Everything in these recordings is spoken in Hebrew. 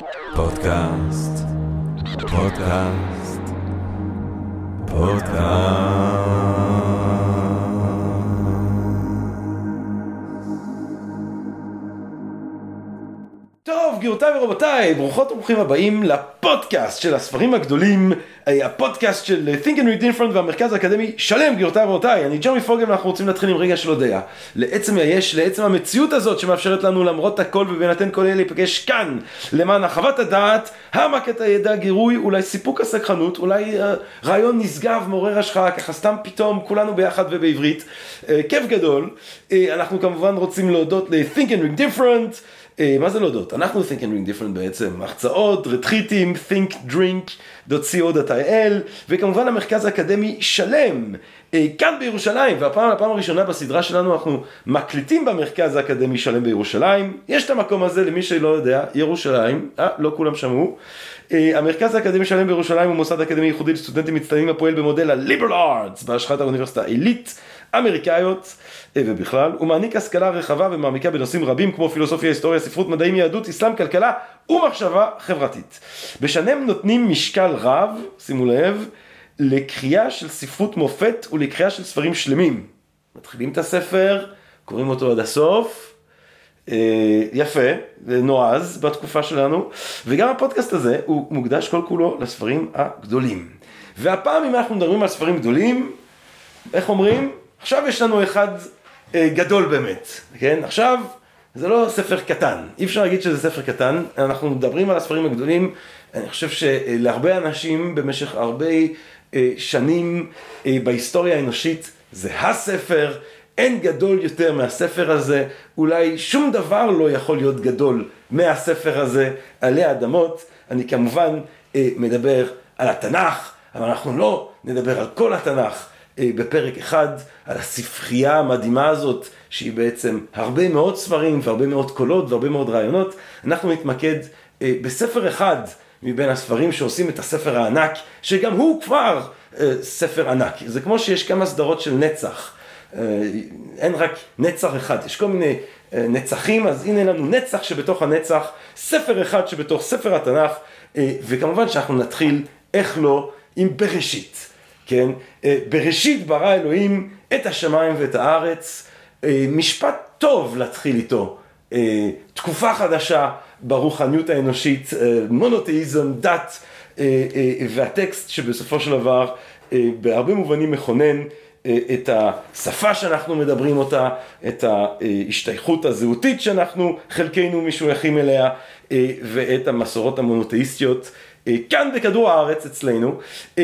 פודקאסט, פודקאסט, פודקאסט. טוב, גבירותיי ורבותיי, ברוכות וברוכים הבאים לפודקאסט של הספרים הגדולים, הפודקאסט של Think and Read Different והמרכז האקדמי שלם. גבירותיי ורבותיי, אני ג'רמי פוגל ואנחנו רוצים להתחיל עם רגע של הודיה לעצם היש, לעצם המציאות הזאת שמאפשרת לנו למרות הכל ובהינתן כל אלה להיפגש כאן למען הרחבת הדעת, העמקת הידע, גירוי, אולי סיפוק הסקרנות, אולי רעיון נשגב מעורר השחאה, ככה סתם פתאום כולנו ביחד ובעברית, כיף גדול. אנחנו כמובן רוצים להודות ל-Think and Read Different. מה זה להודות? אנחנו Think and Drink Different בעצם, הרצאות, רטריטים, thinkdrink.co.il, וכמובן המרכז האקדמי שלם, כאן בירושלים, והפעם לפעם הראשונה בסדרה שלנו אנחנו מקליטים במרכז האקדמי שלם בירושלים. יש את המקום הזה למי שלא יודע, ירושלים, לא כולם שמעו. המרכז האקדמי שלם בירושלים הוא מוסד אקדמי ייחודי לסטודנטים מצטיינים הפועל במודל ה-Liberal Arts, בהשחת האוניברסיטה העילית אמריקאיות ובכלל. הוא מעניק השכלה רחבה ומעמיקה בנושאים רבים כמו פילוסופיה, היסטוריה, ספרות, מדעים, יהדות, אסלאם, כלכלה ומחשבה חברתית. בשנם נותנים משקל רב, שימו לב, לקריאה של ספרות מופת ולקריאה של ספרים שלמים. מתחילים את הספר, קוראים אותו עד הסוף, יפה, נועז בתקופה שלנו, וגם הפודקאסט הזה הוא מוקדש כל כולו לספרים הגדולים. והפעם אם אנחנו מדברים על ספרים גדולים, איך אומרים? עכשיו יש לנו אחד גדול באמת, כן? עכשיו זה לא ספר קטן, אי אפשר להגיד שזה ספר קטן, אנחנו מדברים על הספרים הגדולים. אני חושב שלהרבה אנשים במשך הרבה שנים בהיסטוריה האנושית זה הספר, אין גדול יותר מהספר הזה, אולי שום דבר לא יכול להיות גדול מהספר הזה עלי האדמות. אני כמובן מדבר על התנ"ך, אבל אנחנו לא נדבר על כל התנ"ך בפרק אחד, על הספרייה המדהימה הזאת שהיא בעצם הרבה מאוד ספרים והרבה מאוד קולות והרבה מאוד רעיונות. אנחנו נתמקד בספר אחד מבין הספרים שעושים את הספר הענק, שגם הוא כבר ספר ענק. זה כמו שיש כמה סדרות של נצח, אין רק נצח אחד, יש כל מיני נצחים, אז הנה לנו נצח שבתוך הנצח, ספר אחד שבתוך ספר התנ"ך, וכמובן שאנחנו נתחיל, איך לא, עם בראשית. כן? בראשית ברא אלוהים את השמיים ואת הארץ, משפט טוב להתחיל איתו, תקופה חדשה ברוחניות האנושית, מונותאיזם, דת, והטקסט שבסופו של דבר בהרבה מובנים מכונן את השפה שאנחנו מדברים אותה, את ההשתייכות הזהותית שאנחנו חלקנו משוייכים אליה, ואת המסורות המונותאיסטיות כאן בכדור הארץ אצלנו.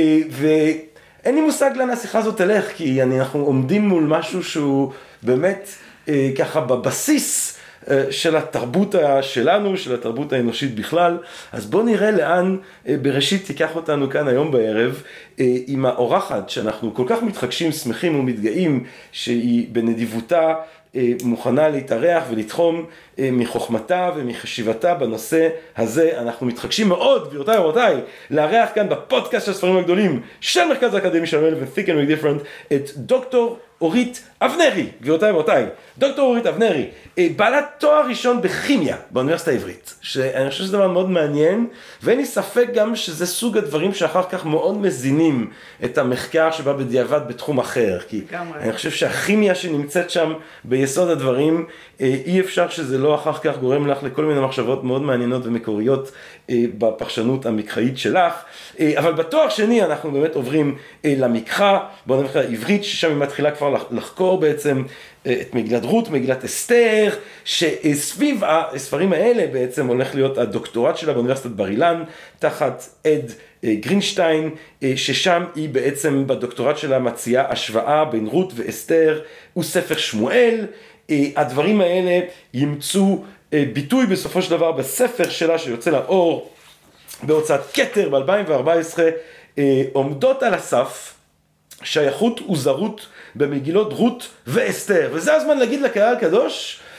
אין לי מושג לאן השיחה הזאת תלך, כי אנחנו עומדים מול משהו שהוא באמת ככה בבסיס של התרבות שלנו, של התרבות האנושית בכלל. אז בואו נראה לאן בראשית תיקח אותנו כאן היום בערב, עם האורחת שאנחנו כל כך מתחגשים, שמחים ומתגאים, שהיא בנדיבותה מוכנה להתארח ולתחום מחוכמתה ומחשיבתה בנושא הזה. אנחנו מתחגשים מאוד, גבירותיי ורבותיי, לארח כאן בפודקאסט של הספרים הגדולים של מרכז האקדמי שלם ו-Think and Read Different את דוקטור אורית אבנרי. גבירותיי ורבותיי, דוקטור אורית אבנרי, בעלת תואר ראשון בכימיה באוניברסיטה העברית, שאני חושב שזה דבר מאוד מעניין, ואין לי ספק גם שזה סוג הדברים שאחר כך מאוד מזינים את המחקר שבא בדיעבד בתחום אחר, כי אני חושב שהכימיה שנמצאת שם ביסוד הדברים, אי אפשר שזה לא אחר כך גורם לך לכל מיני מחשבות מאוד מעניינות ומקוריות בפרשנות המקראית שלך. אבל בתואר שני אנחנו באמת עוברים למקרא, בוא נקרא עברית, ששם היא מתחילה כבר לחקור בעצם את מגילת רות, מגילת אסתר, שסביב הספרים האלה בעצם הולך להיות הדוקטורט שלה באוניברסיטת בר אילן, תחת עד גרינשטיין, ששם היא בעצם בדוקטורט שלה מציעה השוואה בין רות ואסתר וספר שמואל. הדברים האלה ימצאו ביטוי בסופו של דבר בספר שלה שיוצא לאור בהוצאת כתר ב-2014, עומדות על הסף שייכות וזרות במגילות רות ואסתר. וזה הזמן להגיד לקהל הקדוש,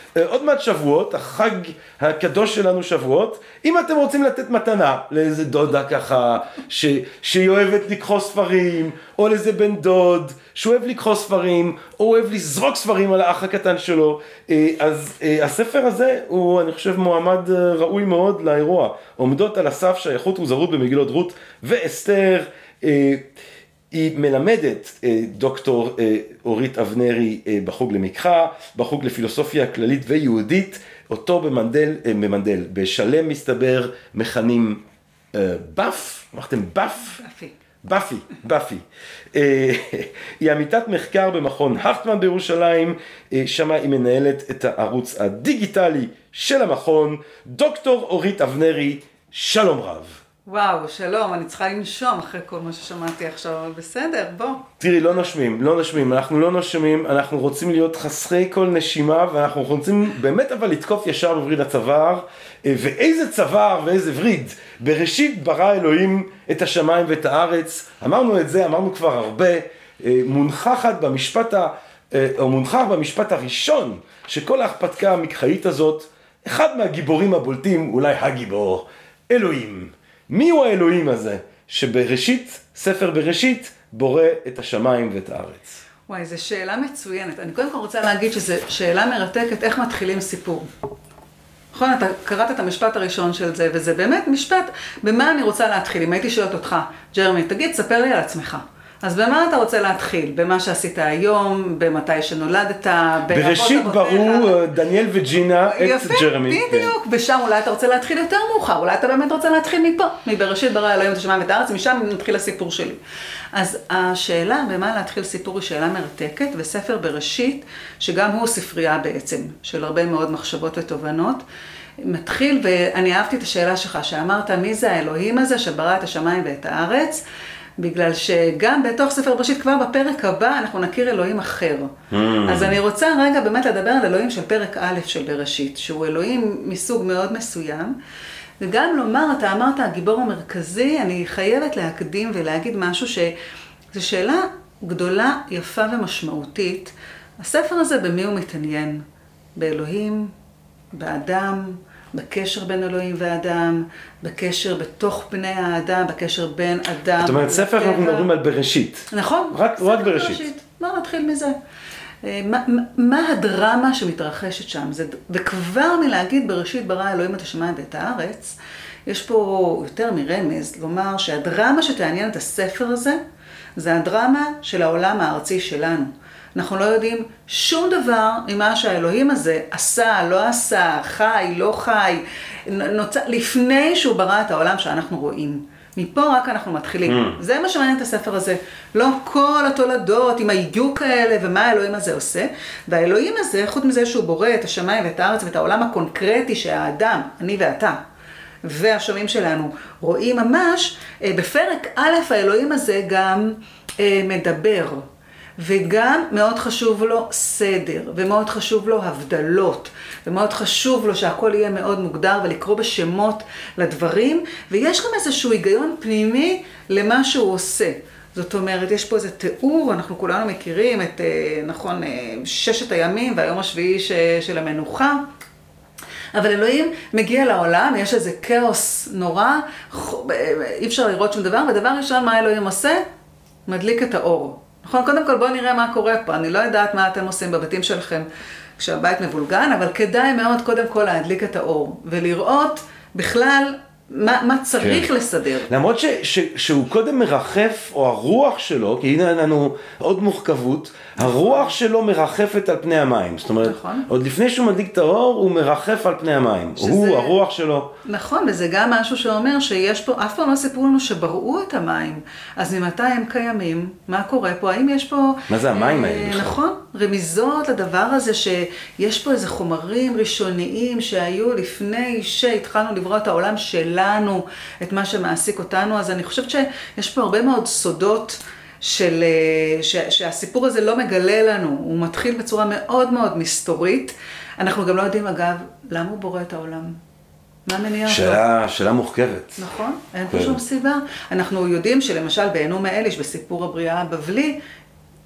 עוד מעט שבועות, החג הקדוש שלנו שבועות, אם אתם רוצים לתת מתנה לאיזה דודה ככה, שהיא אוהבת לקחו ספרים, או לאיזה בן דוד, שהוא אוהב לקחו ספרים, או אוהב לזרוק ספרים על האח הקטן שלו, אז הספר הזה הוא, אני חושב, מועמד ראוי מאוד לאירוע. עומדות על הסף שייכות וזרות במגילות רות ואסתר, היא מלמדת דוקטור אורית אבנרי בחוג למקרא, בחוג לפילוסופיה כללית ויהודית, אותו במנדל, בשלם מסתבר מכנים באף, אמרתם באף? באפי. היא עמיתת מחקר במכון הרטמן בירושלים, שמה היא מנהלת את הערוץ הדיגיטלי של המכון, דוקטור אורית אבנרי, שלום רב. וואו, שלום, אני צריכה לנשום אחרי כל מה ששמעתי עכשיו, אבל בסדר, בוא. תראי, לא נושמים, אנחנו לא נושמים, אנחנו רוצים להיות חסרי כל נשימה, ואנחנו רוצים באמת אבל לתקוף ישר בווריד הצוואר, ואיזה צוואר ואיזה וריד, בראשית ברא אלוהים את השמיים ואת הארץ, אמרנו את זה, אמרנו כבר הרבה, מונחח במשפט הראשון, שכל ההכפתקה המקראית הזאת, אחד מהגיבורים הבולטים, אולי הגיבור, אלוהים. מי הוא האלוהים הזה שבראשית, ספר בראשית, בורא את השמיים ואת הארץ? וואי, זו שאלה מצוינת. אני קודם כל רוצה להגיד שזו שאלה מרתקת איך מתחילים סיפור. נכון, אתה קראת את המשפט הראשון של זה, וזה באמת משפט, במה אני רוצה להתחיל? אם הייתי שואלת אותך, ג'רמי, תגיד, ספר לי על עצמך. אז במה אתה רוצה להתחיל? במה שעשית היום, במתי שנולדת, בראשית ברו דניאל וג'ינה את ג'רמי. יפה, בדיוק. ושם אולי אתה רוצה להתחיל יותר מאוחר, אולי אתה באמת רוצה להתחיל מפה. מבראשית ברא אלוהים את השמיים ואת הארץ, משם נתחיל הסיפור שלי. אז השאלה במה להתחיל סיפור היא שאלה מרתקת, וספר בראשית, שגם הוא ספרייה בעצם, של הרבה מאוד מחשבות ותובנות, מתחיל, ואני אהבתי את השאלה שלך, שאמרת מי זה האלוהים הזה שברא את השמיים ואת הארץ, בגלל שגם בתוך ספר בראשית כבר בפרק הבא אנחנו נכיר אלוהים אחר. אז אני רוצה רגע באמת לדבר על אלוהים של פרק א' של בראשית, שהוא אלוהים מסוג מאוד מסוים, וגם לומר, אתה אמרת הגיבור המרכזי, אני חייבת להקדים ולהגיד משהו שזו שאלה גדולה, יפה ומשמעותית. הספר הזה במי הוא מתעניין? באלוהים, באדם, בקשר בין אלוהים ואדם, בקשר בתוך בני האדם, בקשר בין אדם. זאת אומרת, ספר אנחנו מדברים על בראשית. נכון. רק בראשית. בואו נתחיל מזה. מה הדרמה שמתרחשת שם? וכבר מלהגיד בראשית ברא אלוהים את השמיים ואת הארץ, יש פה יותר מרמז לומר שהדרמה שתעניין את הספר הזה, זה הדרמה של העולם הארצי שלנו. אנחנו לא יודעים שום דבר ממה שהאלוהים הזה עשה, לא עשה, חי, לא חי, לפני שהוא ברא את העולם שאנחנו רואים. מפה רק אנחנו מתחילים. זה מה שמעניין את הספר הזה. לא כל התולדות עם ההיגיוק האלה ומה האלוהים הזה עושה. והאלוהים הזה, חוץ מזה שהוא בורא את השמיים ואת הארץ ואת העולם הקונקרטי שהאדם, אני ואתה, והשומעים שלנו רואים ממש, בפרק א' האלוהים הזה גם מדבר. וגם מאוד חשוב לו סדר, ומאוד חשוב לו הבדלות, ומאוד חשוב לו שהכל יהיה מאוד מוגדר ולקרוא בשמות לדברים, ויש גם איזשהו היגיון פנימי למה שהוא עושה. זאת אומרת, יש פה איזה תיאור, אנחנו כולנו מכירים את, נכון, 6 הימים והיום השביעי של המנוחה, אבל אלוהים מגיע לעולם, יש איזה כאוס נורא, אי אפשר לראות שום דבר, ודבר ראשון מה אלוהים עושה? מדליק את האור. נכון, קודם כל בואו נראה מה קורה פה. אני לא יודעת מה אתם עושים בבתים שלכם כשהבית מבולגן, אבל כדאי מאוד קודם כל להדליק את האור, ולראות בכלל מה צריך לסדר. למרות שהוא קודם מרחף, או הרוח שלו, כי הנה לנו עוד מורכבות, הרוח שלו מרחפת על פני המים. זאת אומרת, עוד לפני שהוא מדליק את האור, הוא מרחף על פני המים. הוא, הרוח שלו. נכון, וזה גם משהו שאומר שיש פה, אף פעם לא סיפרו לנו שבראו את המים. אז ממתי הם קיימים? מה קורה פה? האם יש פה... מה זה המים האלה? נכון, רמיזות לדבר הזה שיש פה איזה חומרים ראשוניים שהיו לפני שהתחלנו לברוא את העולם שלנו, את מה שמעסיק אותנו. אז אני חושבת שיש פה הרבה מאוד סודות שהסיפור הזה לא מגלה לנו, הוא מתחיל בצורה מאוד מאוד מסתורית. אנחנו גם לא יודעים אגב, למה הוא בורא את העולם? מה מניע אותו? שאלה מוחכבת. נכון, אין פה שום סיבה. אנחנו יודעים שלמשל בעינו מאליש בסיפור הבריאה הבבלי,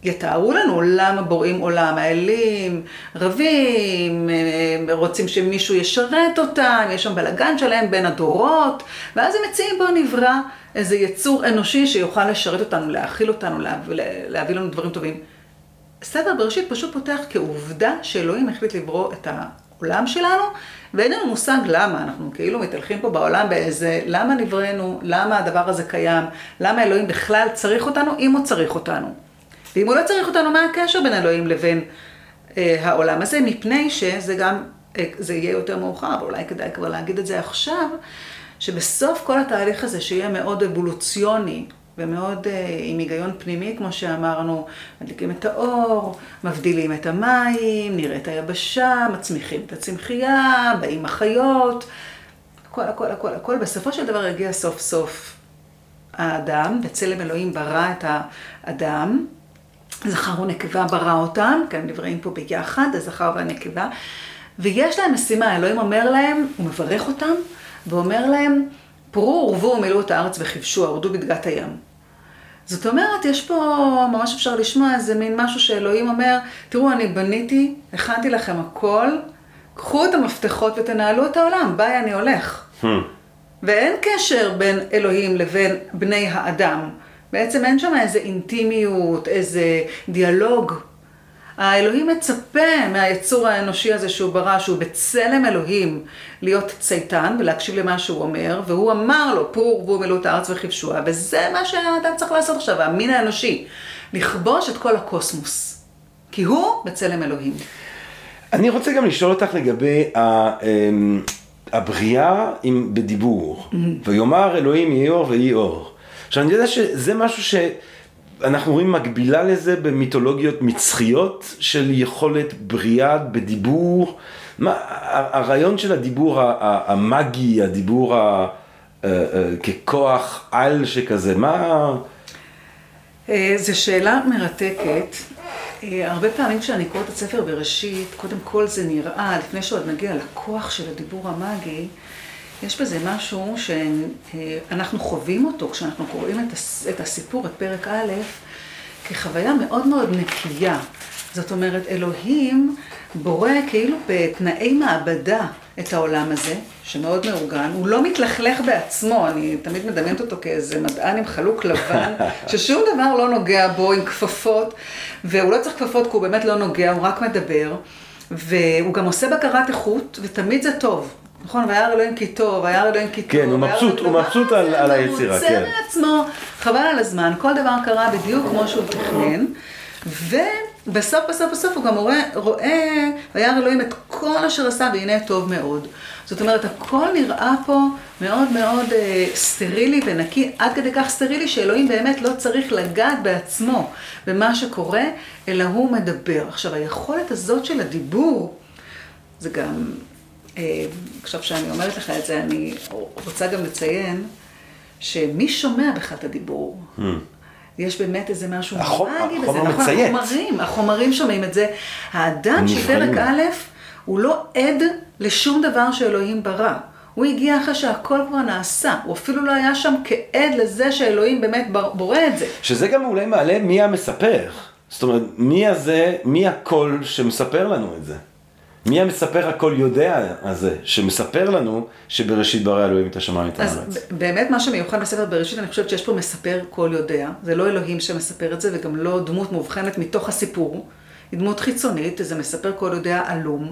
יתארו לנו למה בוראים עולם, האלים רבים, רוצים שמישהו ישרת אותם, יש שם בלגן שלהם בין הדורות, ואז הם מציעים בו נברא איזה יצור אנושי שיוכל לשרת אותנו, להאכיל אותנו, להביא לנו דברים טובים. ספר בראשית פשוט פותח כעובדה שאלוהים החליט לברוא את העולם שלנו, ואין לנו מושג למה, אנחנו כאילו מתהלכים פה בעולם באיזה, למה נבראנו, למה הדבר הזה קיים, למה אלוהים בכלל צריך אותנו, אם הוא צריך אותנו. ואם הוא לא צריך אותנו, מה הקשר בין אלוהים לבין העולם הזה? מפני שזה גם, זה יהיה יותר מאוחר, אבל אולי כדאי כבר להגיד את זה עכשיו, שבסוף כל התהליך הזה שיהיה מאוד אבולוציוני, ומאוד עם היגיון פנימי, כמו שאמרנו, מדליקים את האור, מבדילים את המים, נראה את היבשה, מצמיחים את הצמחייה, באים החיות, הכל. בסופו של דבר יגיע סוף סוף האדם, בצלם אלוהים ברא את האדם, זכר ונקבה ברא אותם, כאן נבראים פה ביחד, הזכר והנקבה, ויש להם משימה, אלוהים אומר להם, הוא מברך אותם, ואומר להם, פרו ורבו ומילאו את הארץ וכבשו, הרדו בדגת הים. זאת אומרת, יש פה, ממש אפשר לשמוע איזה מין משהו שאלוהים אומר, תראו, אני בניתי, הכנתי לכם הכל, קחו את המפתחות ותנהלו את העולם, ביי, אני הולך. ואין קשר בין אלוהים לבין בני האדם. בעצם אין שם איזה אינטימיות, איזה דיאלוג. האלוהים מצפה מהיצור האנושי הזה שהוא ברא, שהוא בצלם אלוהים, להיות צייתן ולהקשיב למה שהוא אומר, והוא אמר לו, פרו ורבו ומילאו את הארץ וכבשוה, וזה מה שהאדם צריך לעשות עכשיו, המין האנושי, לכבוש את כל הקוסמוס, כי הוא בצלם אלוהים. אני רוצה גם לשאול אותך לגבי הבריאה בדיבור, ויאמר אלוהים יהי אור ויהי אור. עכשיו אני יודע שזה משהו שאנחנו רואים מקבילה לזה במיתולוגיות מצחיות של יכולת בריאה בדיבור. הרעיון של הדיבור המאגי, הדיבור ככוח על שכזה, מה? זו שאלה מרתקת. הרבה פעמים כשאני קוראת את ספר בראשית, קודם כל זה נראה, לפני שעוד נגיע לכוח של הדיבור המאגי, יש בזה משהו שאנחנו חווים אותו כשאנחנו קוראים את הסיפור, את פרק א', כחוויה מאוד מאוד נקייה. זאת אומרת, אלוהים בורא כאילו בתנאי מעבדה את העולם הזה, שמאוד מאורגן. הוא לא מתלכלך בעצמו, אני תמיד מדמיינת אותו כאיזה מדען עם חלוק לבן, ששום דבר לא נוגע בו עם כפפות, והוא לא צריך כפפות כי הוא באמת לא נוגע, הוא רק מדבר, והוא גם עושה בקרת איכות, ותמיד זה טוב. נכון, וירא אלוהים כי טוב, וירא אלוהים כי טוב. כן, הוא מבסוט על היצירה, כן. הוא מוצא מעצמו, חבל על הזמן, כל דבר קרה בדיוק כמו שהוא תכנן, ובסוף הוא גם רואה, וירא אלוהים את כל אשר עשה, והנה טוב מאוד. זאת אומרת, הכל נראה פה מאוד מאוד סטרילי ונקי, עד כדי כך סטרילי שאלוהים באמת לא צריך לגעת בעצמו במה שקורה, אלא הוא מדבר. עכשיו, היכולת הזאת של הדיבור, זה גם... עכשיו שאני אומרת לך את זה, אני רוצה גם לציין שמי שומע בכלל את הדיבור. יש באמת איזה משהו מאגי בזה. החומר מציית. החומרים שומעים את זה. האדם של פרק א' הוא לא עד לשום דבר שאלוהים ברא. הוא הגיע אחרי שהכל כבר נעשה. הוא אפילו לא היה שם כעד לזה שאלוהים באמת בורא את זה. שזה גם אולי מעלה מי המספר. זאת אומרת, מי הקול שמספר לנו את זה? מי המספר הכל יודע הזה, שמספר לנו שבראשית ברא אלוהים את השמיים את הארץ? אז באמת מה שמיוחד בספר בראשית, אני חושבת שיש פה מספר כל יודע. זה לא אלוהים שמספר את זה, וגם לא דמות מובחנת מתוך הסיפור. היא דמות חיצונית, זה מספר כל יודע עלום.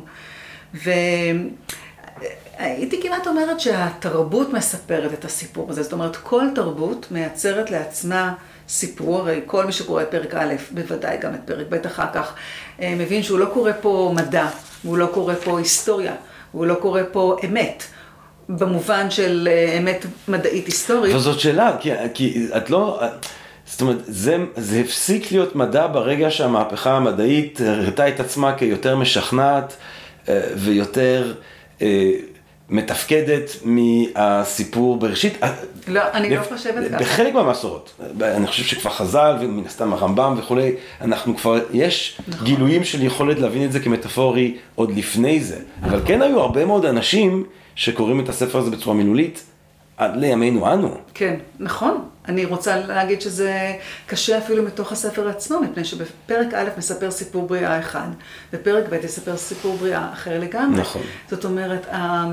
והייתי כמעט אומרת שהתרבות מספרת את הסיפור הזה. זאת אומרת, כל תרבות מייצרת לעצמה סיפור, הרי כל מי שקורא את פרק א', בוודאי גם את פרק ב' אחר כך, מבין שהוא לא קורא פה מדע, והוא לא קורא פה היסטוריה, והוא לא קורא פה אמת, במובן של אמת מדעית היסטורית. וזאת שאלה, כי את לא... זאת אומרת, זה הפסיק להיות מדע ברגע שהמהפכה המדעית הראתה את עצמה כיותר משכנעת ויותר מתפקדת מהסיפור בראשית. לא, אני לא חושבת ככה. בחלק מהמסורות, אני חושב שכבר חז"ל ומן הסתם הרמב"ם וכולי, אנחנו כבר, יש גילויים של יכולת להבין את זה כמטאפורי עוד לפני זה. אבל כן היו הרבה מאוד אנשים שקוראים את הספר הזה בצורה מילולית, עד לימינו אנו. כן, נכון. אני רוצה להגיד שזה קשה אפילו מתוך הספר עצמו, מפני שבפרק א' מספר סיפור בריאה אחד, בפרק ב' יספר סיפור בריאה אחר לגמרי. נכון. זאת אומרת,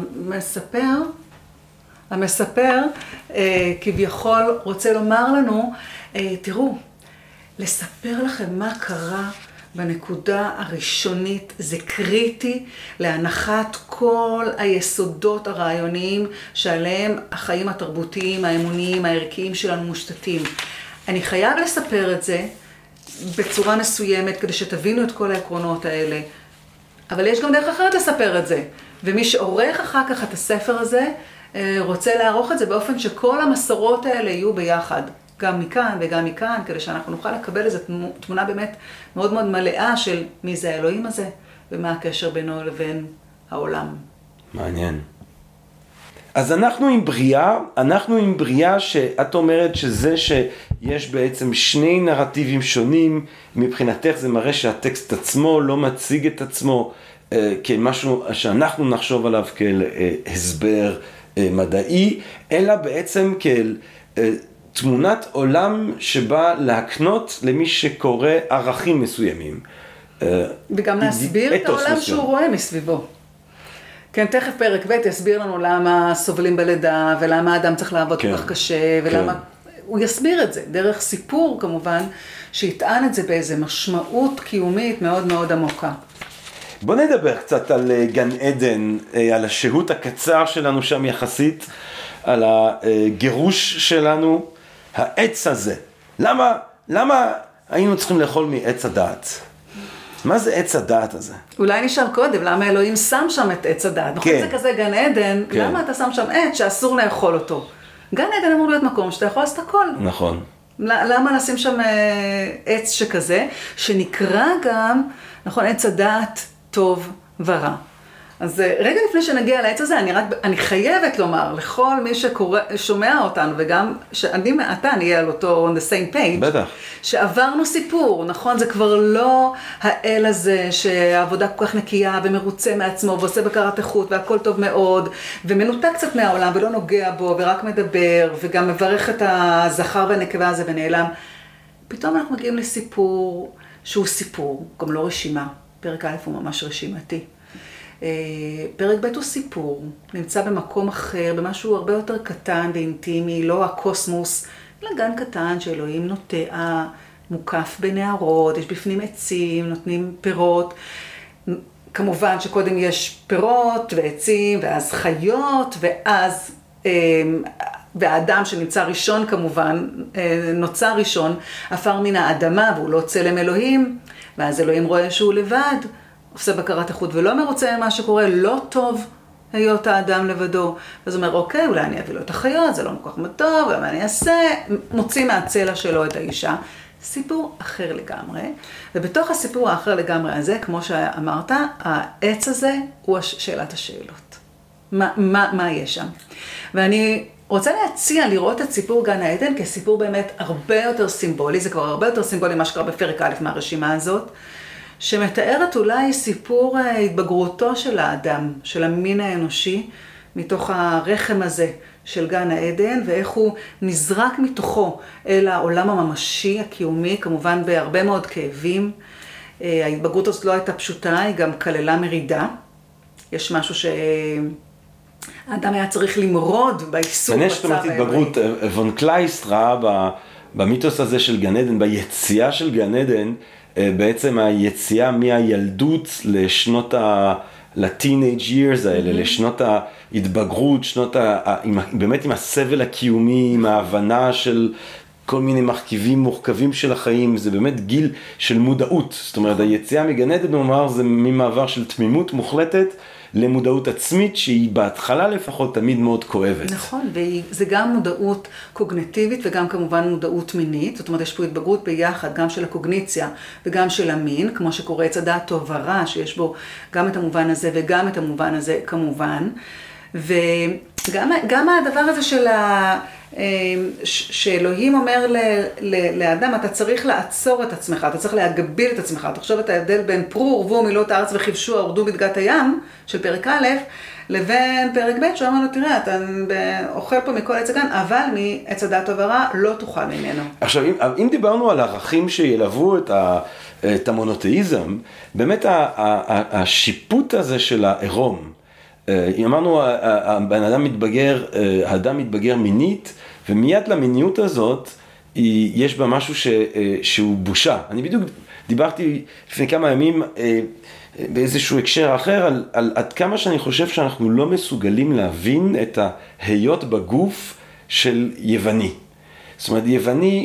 המספר כביכול רוצה לומר לנו, תראו, לספר לכם מה קרה בנקודה הראשונית, זה קריטי להנחת כל היסודות הרעיוניים שעליהם החיים התרבותיים, האמוניים, הערכיים שלנו מושתתים. אני חייב לספר את זה בצורה מסוימת כדי שתבינו את כל העקרונות האלה. אבל יש גם דרך אחרת לספר את זה. ומי שעורך אחר כך את הספר הזה, רוצה לערוך את זה באופן שכל המסורות האלה יהיו ביחד. גם מכאן וגם מכאן, כדי שאנחנו נוכל לקבל איזו תמונה באמת מאוד מאוד מלאה של מי זה האלוהים הזה, ומה הקשר בינו לבין העולם. מעניין. אז אנחנו עם בריאה שאת אומרת שזה שיש בעצם שני נרטיבים שונים, מבחינתך זה מראה שהטקסט עצמו לא מציג את עצמו כמשהו שאנחנו נחשוב עליו כאל הסבר מדעי, אלא בעצם כאל תמונת עולם שבא להקנות למי שקורא ערכים מסוימים. וגם להסביר את העולם שהוא רואה מסביבו. כן, תכף פרק ב' יסביר לנו למה סובלים בלידה, ולמה האדם צריך לעבוד כל כך קשה, ולמה... הוא יסביר את זה, דרך סיפור כמובן, שיטען את זה באיזו משמעות קיומית מאוד מאוד עמוקה. בוא נדבר קצת על גן עדן, על השהות הקצר שלנו שם יחסית, על הגירוש שלנו, העץ הזה. למה היינו צריכים לאכול מעץ הדעת? מה זה עץ הדעת הזה? אולי נשאר קודם, למה אלוהים שם שם את עץ הדעת? נכון, זה כזה גן עדן, למה אתה שם שם עץ שאסור לאכול אותו? גן עדן אמור להיות מקום שאתה יכול לעשות הכל. נכון. למה נשים שם עץ שכזה, שנקרא גם, נכון, עץ הדעת טוב ורע. אז רגע לפני שנגיע לעץ הזה, אני חייבת לומר לכל מי ששומע אותנו, וגם שאני מעתה נהיה על אותו on the same page, בטח. שעברנו סיפור, נכון? זה כבר לא האל הזה שהעבודה כל כך נקייה ומרוצה מעצמו ועושה בקרת איכות והכל טוב מאוד, ומנותק קצת מהעולם ולא נוגע בו ורק מדבר וגם מברך את הזכר והנקבה הזה ונעלם. פתאום אנחנו מגיעים לסיפור שהוא סיפור, גם לא רשימה. פרק א' הוא ממש רשימתי. פרק ב' הוא סיפור, נמצא במקום אחר, במשהו הרבה יותר קטן ואינטימי, לא הקוסמוס, אלא גן קטן שאלוהים נוטע, מוקף בנערות, יש בפנים עצים, נותנים פירות. כמובן שקודם יש פירות ועצים, ואז חיות, ואז והאדם שנמצא ראשון כמובן, נוצר ראשון, עפר מן האדמה, והוא לא צלם אלוהים, ואז אלוהים רואה שהוא לבד, עושה בקרת איכות ולא מרוצה ממה שקורה, לא טוב היות האדם לבדו. אז הוא אומר, אוקיי, אולי אני אביא לו את החיות, זה לא כל כך טוב, אולי מה אני אעשה? מוציא מהצלע שלו את האישה. סיפור אחר לגמרי. ובתוך הסיפור האחר לגמרי הזה, כמו שאמרת, העץ הזה הוא שאלת השאלות. מה יש שם? ואני רוצה להציע לראות את סיפור גן העדן כסיפור באמת הרבה יותר סימבולי, זה כבר הרבה יותר סימבולי מה שקרה בפרק א' מהרשימה הזאת, שמתארת אולי סיפור התבגרותו של האדם, של המין האנושי, מתוך הרחם הזה של גן העדן, ואיך הוא נזרק מתוכו אל העולם הממשי, הקיומי, כמובן בהרבה מאוד כאבים. ההתבגרות הזאת לא הייתה פשוטה, היא גם כללה מרידה. יש משהו שהאדם היה צריך למרוד באיסור בצו. זאת אומרת התבגרות, וון קלייסט ראה במיתוס הזה של גן עדן, ביציאה של גן עדן, בעצם היציאה מהילדות לשנות ל-teenage years האלה, לשנות ההתבגרות, באמת עם הסבל הקיומי, עם ההבנה של כל מיני מרכיבים מורכבים של החיים, זה באמת גיל של מודעות. זאת אומרת, היציאה מגן עדן, נאמר, זה ממעבר של תמימות מוחלטת למודעות עצמית, שהיא בהתחלה לפחות תמיד מאוד כואבת. נכון, וזה גם מודעות קוגניטיבית וגם כמובן מודעות מינית. זאת אומרת, יש פה התבגרות ביחד, גם של הקוגניציה וגם של המין, כמו שקורה עץ הדעת טוב ורע, שיש בו גם את המובן הזה וגם את המובן הזה כמובן. וגם הדבר הזה שאלוהים אומר לאדם, אתה צריך לעצור את עצמך, אתה צריך להגביל את עצמך. תחשוב את ההבדל בין פרו ורבו מילות הארץ וכבשו, ארדו בדגת הים, של פרק א', לבין פרק ב' שאומר לו, תראה, אתה אוכל פה מכל עץ הגן, אבל מעץ הדעת טוב ורע לא תאכל ממנו. עכשיו, אם דיברנו על ערכים שילוו את המונותאיזם, באמת השיפוט הזה של העירום, אמרנו, האדם מתבגר מינית, ומיד למיניות הזאת, יש בה משהו שהוא בושה. אני בדיוק דיברתי לפני כמה ימים באיזשהו הקשר אחר, על עד כמה שאני חושב שאנחנו לא מסוגלים להבין את ההיות בגוף של יווני. זאת אומרת, יווני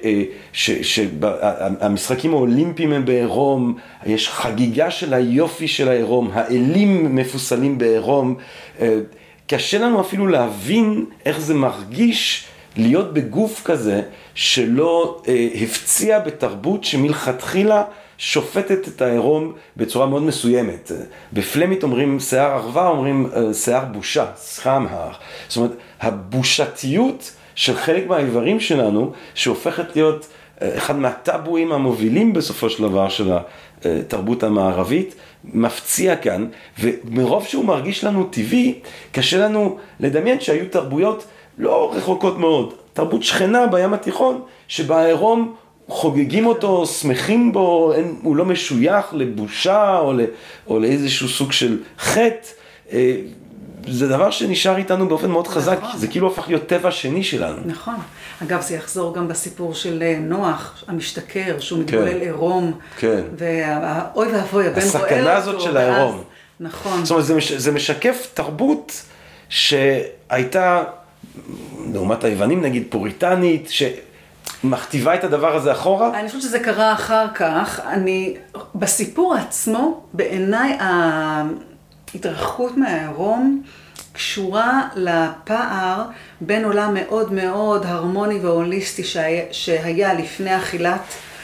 שהמשחקים האולימפיים הם בעירום, יש חגיגה של היופי של העירום, האלים מפוסלים בעירום. קשה לנו אפילו להבין איך זה מרגיש להיות בגוף כזה שלא הפציע בתרבות שמלכתחילה שופטת את העירום בצורה מאוד מסוימת. בפלמית אומרים שיער ערווה, אומרים שיער בושה, סחמהר. זאת אומרת, הבושתיות של חלק מהאיברים שלנו, שהופכת להיות אחד מהטאבואים המובילים בסופו של דבר של התרבות המערבית, מפציע כאן, ומרוב שהוא מרגיש לנו טבעי, קשה לנו לדמיין שהיו תרבויות לא רחוקות מאוד, תרבות שכנה בים התיכון, שבה העירום חוגגים אותו, שמחים בו, הוא לא משוייך לבושה או לאיזשהו סוג של חטא. זה דבר שנשאר איתנו באופן מאוד חזק, נכון. זה כאילו הפך להיות טבע שני שלנו. נכון. אגב, זה יחזור גם בסיפור של נוח, המשתכר, שהוא מתגולל עירום. כן. והאוי ואבוי, הבן רואה אותו. הסכנה הזאת של העירום. נכון. זאת אומרת, זה משקף תרבות שהייתה, לעומת היוונים נגיד, פוריטנית, שמכתיבה את הדבר הזה אחורה. אני חושבת שזה קרה אחר כך. בסיפור עצמו, בעיניי ההתרחקות מהעירום קשורה לפער בין עולם מאוד מאוד הרמוני והוליסטי שהיה לפני אכילת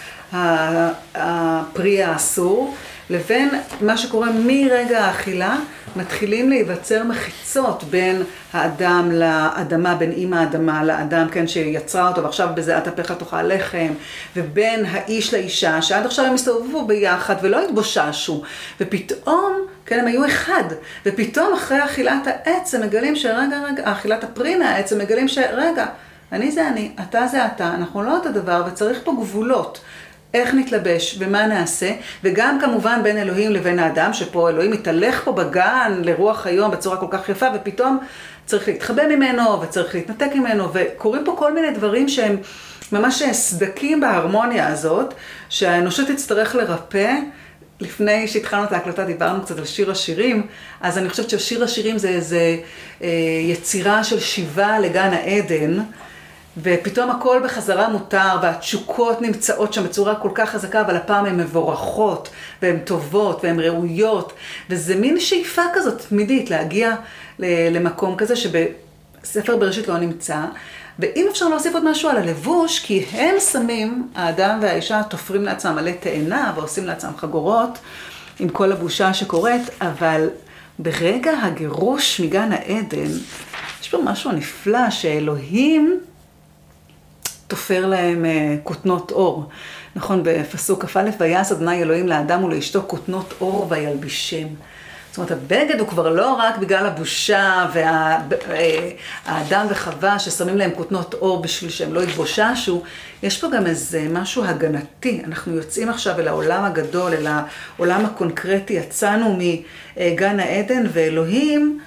הפרי האסור, לבין מה שקורה מרגע האכילה, מתחילים להיווצר מחיצות בין האדם לאדמה, בין אמא האדמה לאדם, כן, שיצרה אותו, ועכשיו בזיעת אפיך תאכל לחם, ובין האיש לאישה, שעד עכשיו הם הסתובבו ביחד ולא התבוששו, ופתאום, כן, הם היו אחד, ופתאום אחרי אכילת העץ הם מגלים שרגע, אכילת הפרי מהעץ הם מגלים שרגע, אני זה אני, אתה זה אתה, אנחנו לא אותו דבר, וצריך פה גבולות. איך נתלבש ומה נעשה, וגם כמובן בין אלוהים לבין האדם, שפה אלוהים מתהלך פה בגן לרוח היום בצורה כל כך יפה, ופתאום צריך להתחבא ממנו וצריך להתנתק ממנו, וקוראים פה כל מיני דברים שהם ממש סדקים בהרמוניה הזאת, שהאנושות תצטרך לרפא. לפני שהתחלנו את ההקלטה דיברנו קצת על שיר השירים, אז אני חושבת ששיר השירים זה איזה יצירה של שיבה לגן העדן, ופתאום הכל בחזרה מותר, והתשוקות נמצאות שם בצורה כל כך חזקה, אבל הפעם הן מבורכות, והן טובות, והן ראויות, וזה מין שאיפה כזאת תמידית, להגיע למקום כזה שבספר בראשית לא נמצא, ואם אפשר להוסיף עוד משהו על הלבוש, כי הם שמים, האדם והאישה תופרים לעצמם עלי תאנה, ועושים לעצמם חגורות, עם כל הבושה שקורית, אבל ברגע הגירוש מגן העדן, יש פה משהו נפלא, שאלוהים תופר להם כותנות אור. נכון, בפסוק כ"א, ויעש אדוני אלוהים לאדם ולאשתו כותנות אור וילבישם. זאת אומרת, הבגד הוא כבר לא רק בגלל הבושה והאדם וחווה ששמים להם כותנות אור בשביל שהם לא יתבוששו, יש פה גם איזה משהו הגנתי. אנחנו יוצאים עכשיו אל העולם הגדול, אל העולם הקונקרטי, יצאנו מגן העדן, ואלוהים,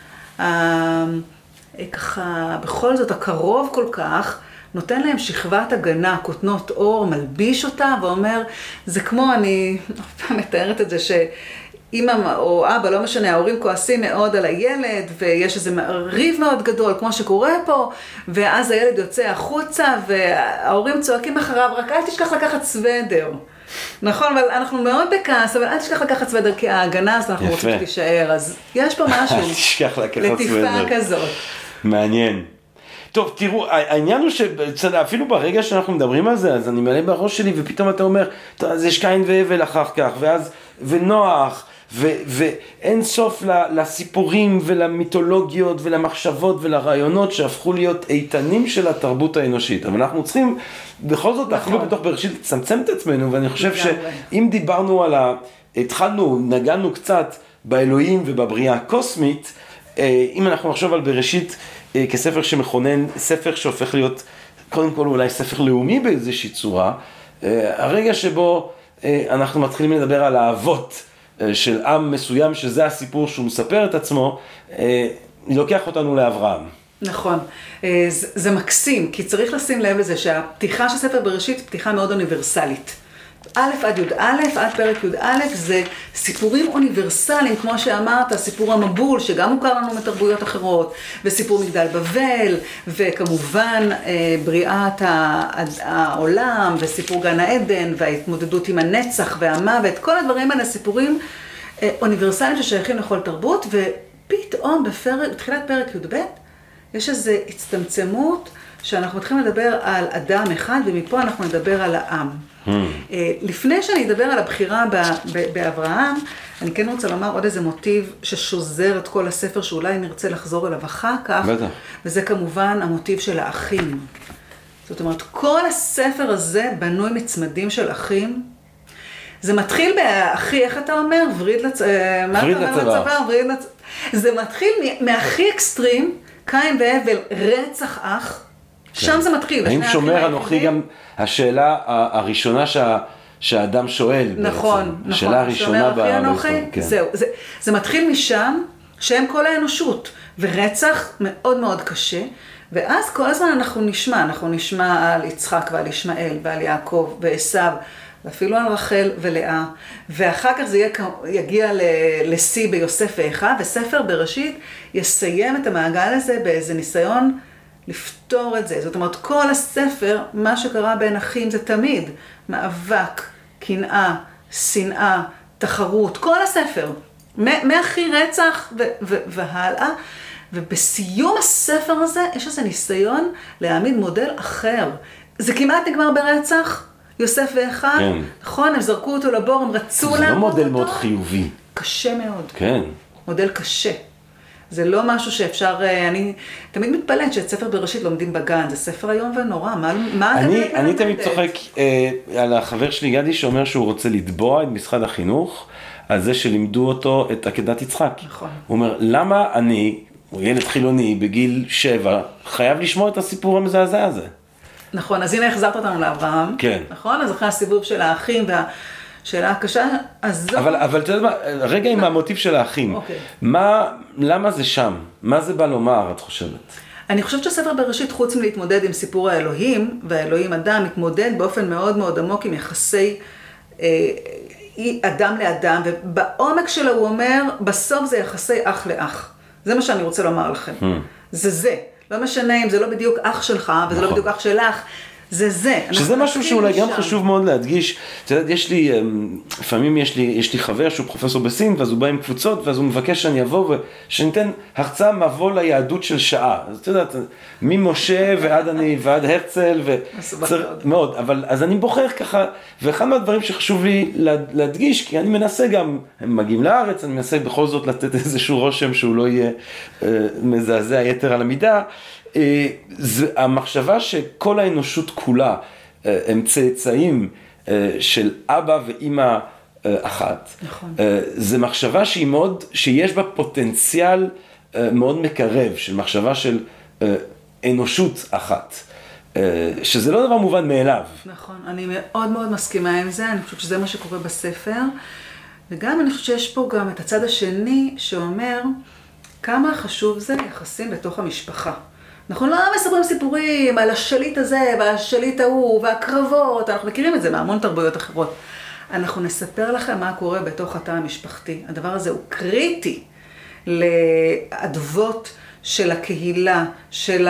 ככה, בכל זאת הקרוב כל כך, נותן להם שכבת הגנה, כותנות אור, מלביש אותה, ואומר, זה כמו, אני מתארת את זה, שאמא או אבא, לא משנה, ההורים כועסים מאוד על הילד, ויש איזה ריב מאוד גדול, כמו שקורה פה, ואז הילד יוצא החוצה, וההורים צועקים אחריו, רק אל תשכח לקחת סוודר. נכון, אבל אנחנו מאוד בכעס, אבל אל תשכח לקחת סוודר, כי ההגנה הזאת אנחנו רוצים שתישאר, אז יש פה משהו, לטיפה כזאת. מעניין. טוב, תראו, העניין הוא שאפילו ברגע שאנחנו מדברים על זה, אז אני מלא בראש שלי, ופתאום אתה אומר, אז יש קין והבל אחר כך, ונוח, ואין סוף לסיפורים ולמיתולוגיות ולמחשבות ולרעיונות שהפכו להיות איתנים של התרבות האנושית. אבל אנחנו צריכים בכל זאת אפילו בתוך בראשית לצמצם את עצמנו, ואני חושב שאם דיברנו נגענו קצת באלוהים ובבריאה הקוסמית, אם אנחנו נחשוב על בראשית כספר שמכונן, ספר שהופך להיות קודם כל אולי ספר לאומי באיזושהי צורה, הרגע שבו אנחנו מתחילים לדבר על האבות של עם מסוים, שזה הסיפור שהוא מספר את עצמו, לוקח אותנו לאברהם. נכון, זה מקסים, כי צריך לשים לב לזה שהפתיחה של ספר בראשית היא פתיחה מאוד אוניברסלית. א' עד י"א, עד פרק י"א, זה סיפורים אוניברסליים, כמו שאמרת, סיפור המבול, שגם מוכר לנו מתרבויות אחרות, וסיפור מגדל בבל, וכמובן בריאת העולם, וסיפור גן העדן, וההתמודדות עם הנצח והמוות, כל הדברים האלה סיפורים אוניברסליים ששייכים לכל תרבות, ופתאום בתחילת פרק י"ב, יש איזו הצטמצמות שאנחנו מתחילים לדבר על אדם אחד, ומפה אנחנו נדבר על העם. לפני שאני אדבר על הבחירה באברהם, אני כן רוצה לומר עוד איזה מוטיב ששוזר את כל הספר, שאולי נרצה לחזור אליו אחר כך, וזה כמובן המוטיב של האחים. זאת אומרת, כל הספר הזה בנוי מצמדים של אחים. זה מתחיל באחי, איך אתה אומר? וריד לצבא. זה מתחיל מהכי אקסטרים, קין והבל, רצח אח. שם זה מתחיל. האם שומר אנוכי גם השאלה הראשונה שהאדם שואל בעצם. נכון. השאלה הראשונה באנוכי. זהו. זה מתחיל משם, שהם כל האנושות, ורצח מאוד מאוד קשה, ואז כל הזמן אנחנו נשמע על יצחק ועל ישמעאל ועל יעקב ועשיו, ואפילו על רחל ולאה, ואחר כך זה יגיע לשיא ביוסף ואחיו, וספר בראשית יסיים את המעגל הזה באיזה ניסיון לפתור את זה. זאת אומרת, כל הספר, מה שקרה בין אחים זה תמיד מאבק, קנאה, שנאה, תחרות, כל הספר, מהכי רצח והלאה, ובסיום הספר הזה יש איזה ניסיון להעמיד מודל אחר. זה כמעט נגמר ברצח, יוסף ואחיו, כן. נכון, הם זרקו אותו לבור, הם רצו לעמוד אותו. זה לא מודל מאוד חיובי. קשה מאוד. כן. מודל קשה. זה לא משהו שאפשר, אני תמיד מתפלאת שאת ספר בראשית לומדים בגן, זה ספר איום ונורא, מה אני תמיד צוחק על החבר שלי גדי שאומר שהוא רוצה לתבוע את משרד החינוך, על זה שלימדו אותו את עקדת יצחק. נכון. הוא אומר, למה אני, הוא ילד חילוני בגיל 7, חייב לשמוע את הסיפור המזעזע הזה? נכון, אז הנה החזרת אותנו לאברהם. כן. נכון, אז אחרי הסיבוב של האחים שאלה הקשה, אז זו... אבל אתה יודע מה, רגע עם המוטיב של האחים, למה זה שם? מה זה בא לומר, את חושבת? אני חושבת שהספר בראשית, חוץ מלהתמודד עם סיפור האלוהים, והאלוהים אדם, מתמודד באופן מאוד מאוד עמוק עם יחסי אדם לאדם, ובעומק שלו הוא אומר, בסוף זה יחסי אח לאח. זה מה שאני רוצה לומר לכם. זה. לא משנה אם זה לא בדיוק אח שלך, וזה לא בדיוק אח שלך, זה. שזה משהו שאולי גם חשוב מאוד להדגיש. אתה יודע, לפעמים יש לי חבר שהוא פרופסור בסין, ואז הוא בא עם קבוצות, ואז הוא מבקש שאני אבוא, ושניתן הרצאה מבוא ליהדות של שעה. אז אתה יודע, ממשה ועד הרצל, מאוד. אבל אז אני בוחר ככה, ואחד מהדברים שחשוב לי להדגיש, כי אני מנסה גם, הם מגיעים לארץ, אני מנסה בכל זאת לתת איזשהו רושם שהוא לא יהיה מזעזע יתר על המידה, המחשבה שכל האנושות כולה הם צאצאים של אבא ואמא אחת. נכון. זה מחשבה שיש בה פוטנציאל מאוד מקרב, של מחשבה של אנושות אחת. שזה לא דבר מובן מאליו. נכון, אני מאוד מאוד מסכימה עם זה, אני חושבת שזה מה שקורה בספר, וגם אני חושבת שיש פה גם את הצד השני שאומר כמה חשוב זה יחסים בתוך המשפחה. אנחנו לא מספרים סיפורים על השליט הזה והשליט ההוא והקרבות, אנחנו מכירים את זה מהמון תרבויות אחרות. אנחנו נספר לכם מה קורה בתוך התא המשפחתי. הדבר הזה הוא קריטי לאדוות של הקהילה, של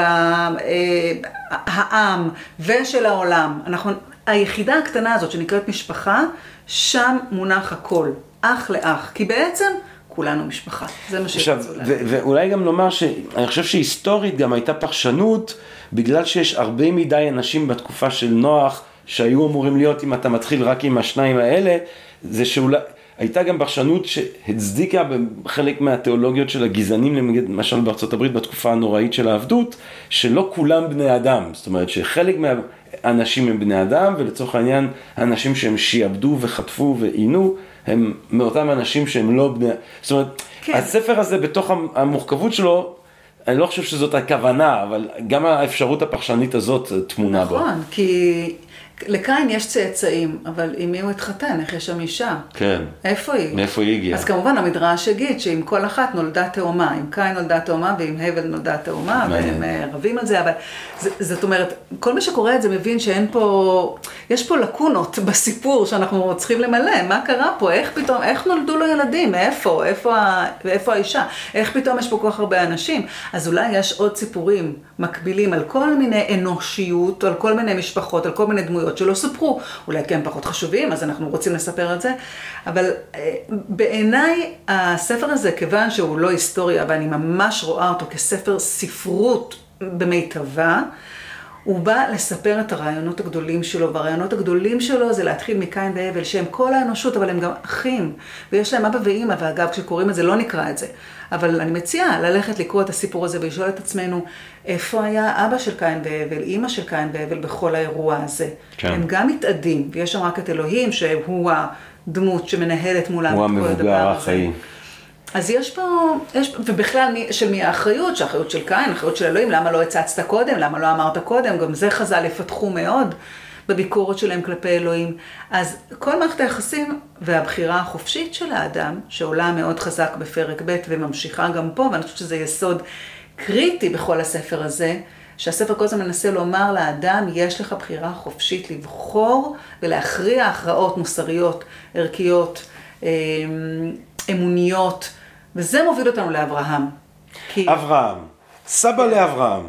העם ושל העולם. היחידה הקטנה הזאת שנקראת משפחה, שם מונח הכל, אח לאח, כי בעצם כולנו משפחה, זה מה שרצו להגיד. ואולי גם לומר שאני חושב שהיסטורית גם הייתה פרשנות, בגלל שיש הרבה מדי אנשים בתקופה של נוח, שהיו אמורים להיות, אם אתה מתחיל רק עם השניים האלה, זה שאולי הייתה גם פרשנות שהצדיקה בחלק מהתיאולוגיות של הגזענים, למשל בארצות הברית בתקופה הנוראית של העבדות, שלא כולם בני אדם, זאת אומרת שחלק מהאנשים הם בני אדם, ולצורך העניין, האנשים שהם שיעבדו וחטפו ועינו, הם מאותם אנשים שהם לא בני... זאת אומרת, כן. הספר הזה בתוך המורכבות שלו, אני לא חושב שזאת הכוונה, אבל גם האפשרות הפרשנית הזאת תמונה בו. נכון, כי לקין יש צאצאים, אבל עם מי הוא התחתן? איך יש שם אישה? כן. איפה היא? מאיפה היא הגיעה? אז כמובן המדרש הגיד שעם כל אחת נולדה תאומה, עם קין נולדה תאומה ועם הבל נולדה תאומה, והם רבים על זה, אבל זאת אומרת, כל מי שקורא את זה מבין שאין פה, יש פה לקונות בסיפור שאנחנו צריכים למלא, מה קרה פה? איך פתאום, איך נולדו לו ילדים? מאיפה? איפה האישה? איך פתאום יש פה כל כך הרבה אנשים? אז אולי יש עוד סיפורים מקבילים על כל מיני אנושיות, על כל מיני משפחות, על כל מיני דמויות שלא סופרו, אולי כן פחות חשובים, אז אנחנו רוצים לספר את זה, אבל בעיניי הספר הזה, כיוון שהוא לא היסטוריה, ואני ממש רואה אותו כספר ספרות במיטבה, הוא בא לספר את הרעיונות הגדולים שלו, והרעיונות הגדולים שלו זה להתחיל מקין והבל, שהם כל האנושות, אבל הם גם אחים, ויש להם אבא ואמא, ואגב, כשקוראים את זה לא נקרא את זה, אבל אני מציעה ללכת לקרוא את הסיפור הזה ולשאול את עצמנו, איפה היה אבא של קין והבל, אמא של קין והבל בכל האירוע הזה. כן. הם גם מתעדים, ויש שם רק את אלוהים, שהוא הדמות שמנהלת מולם את כל הדבר הזה. החיים. אז יש פה, ובכלל של מי האחריות, שהאחריות של קין, האחריות של אלוהים, למה לא הצצת קודם, למה לא אמרת קודם, גם זה חז"ל יפתחו מאוד בביקורת שלהם כלפי אלוהים. אז כל מערכת היחסים והבחירה החופשית של האדם, שעולה מאוד חזק בפרק ב' וממשיכה גם פה, ואני חושבת שזה יסוד קריטי בכל הספר הזה, שהספר כל הזמן מנסה לומר לאדם, יש לך בחירה חופשית לבחור ולהכריע הכרעות מוסריות, ערכיות, אמוניות, וזה מוביל אותנו לאברהם. אברהם, סבא לאברהם.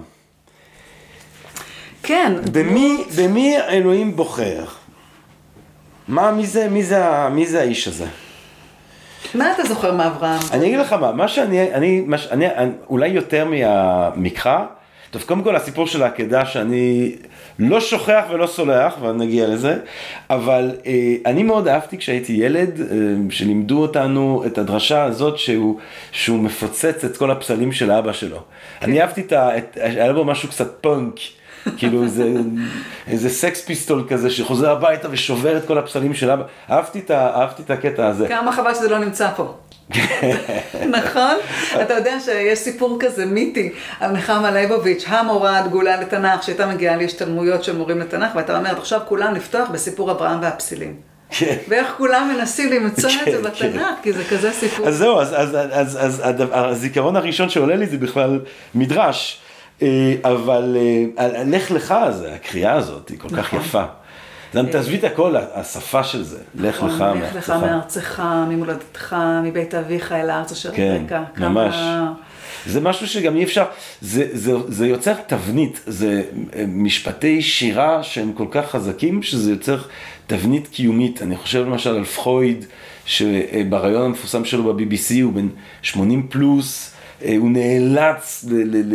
כן. במי אלוהים בוחר? מי זה האיש הזה? מה אתה זוכר מאברהם? אני אגיד לך מה שאני אולי יותר מהמקרא, טוב, קודם כל הסיפור של העקדה שאני לא שוכח ולא סולח, ונגיע לזה, אבל אני מאוד אהבתי כשהייתי ילד, שלימדו אותנו את הדרשה הזאת שהוא מפוצץ את כל הפסלים של האבא שלו. אני אהבתי היה בו משהו קצת פונק, כאילו איזה סקס פיסטול כזה שחוזר הביתה ושובר את כל הפסלים של אבא. אהבתי את הקטע הזה. כמה חבל שזה לא נמצא פה. נכון? אתה יודע שיש סיפור כזה מיתי על נחמה ליבוביץ', המורה הדגולה לתנ"ך, שהייתה מגיעה להשתלמויות של מורים לתנ"ך, ואתה אומרת, עכשיו כולם לפתוח בסיפור אברהם והפסילים. ואיך כולם מנסים למצוא את זה בתנ"ך, כי זה כזה סיפור. אז זהו, אז הזיכרון הראשון שעולה לי זה בכלל מדרש, אבל לך לך הזה, הקריאה הזאת היא כל כך יפה. תעזבי את הכל, השפה של זה, לך לך מארצך. לך לך מארצך, ממולדתך, מבית אביך אל הארץ אשר תרקע. כן, ממש. זה משהו שגם אי אפשר, זה יוצר תבנית, זה משפטי שירה שהם כל כך חזקים, שזה יוצר תבנית קיומית. אני חושב למשל על פרויד, שברעיון המפורסם שלו ב-BBC הוא בן 80 פלוס, הוא נאלץ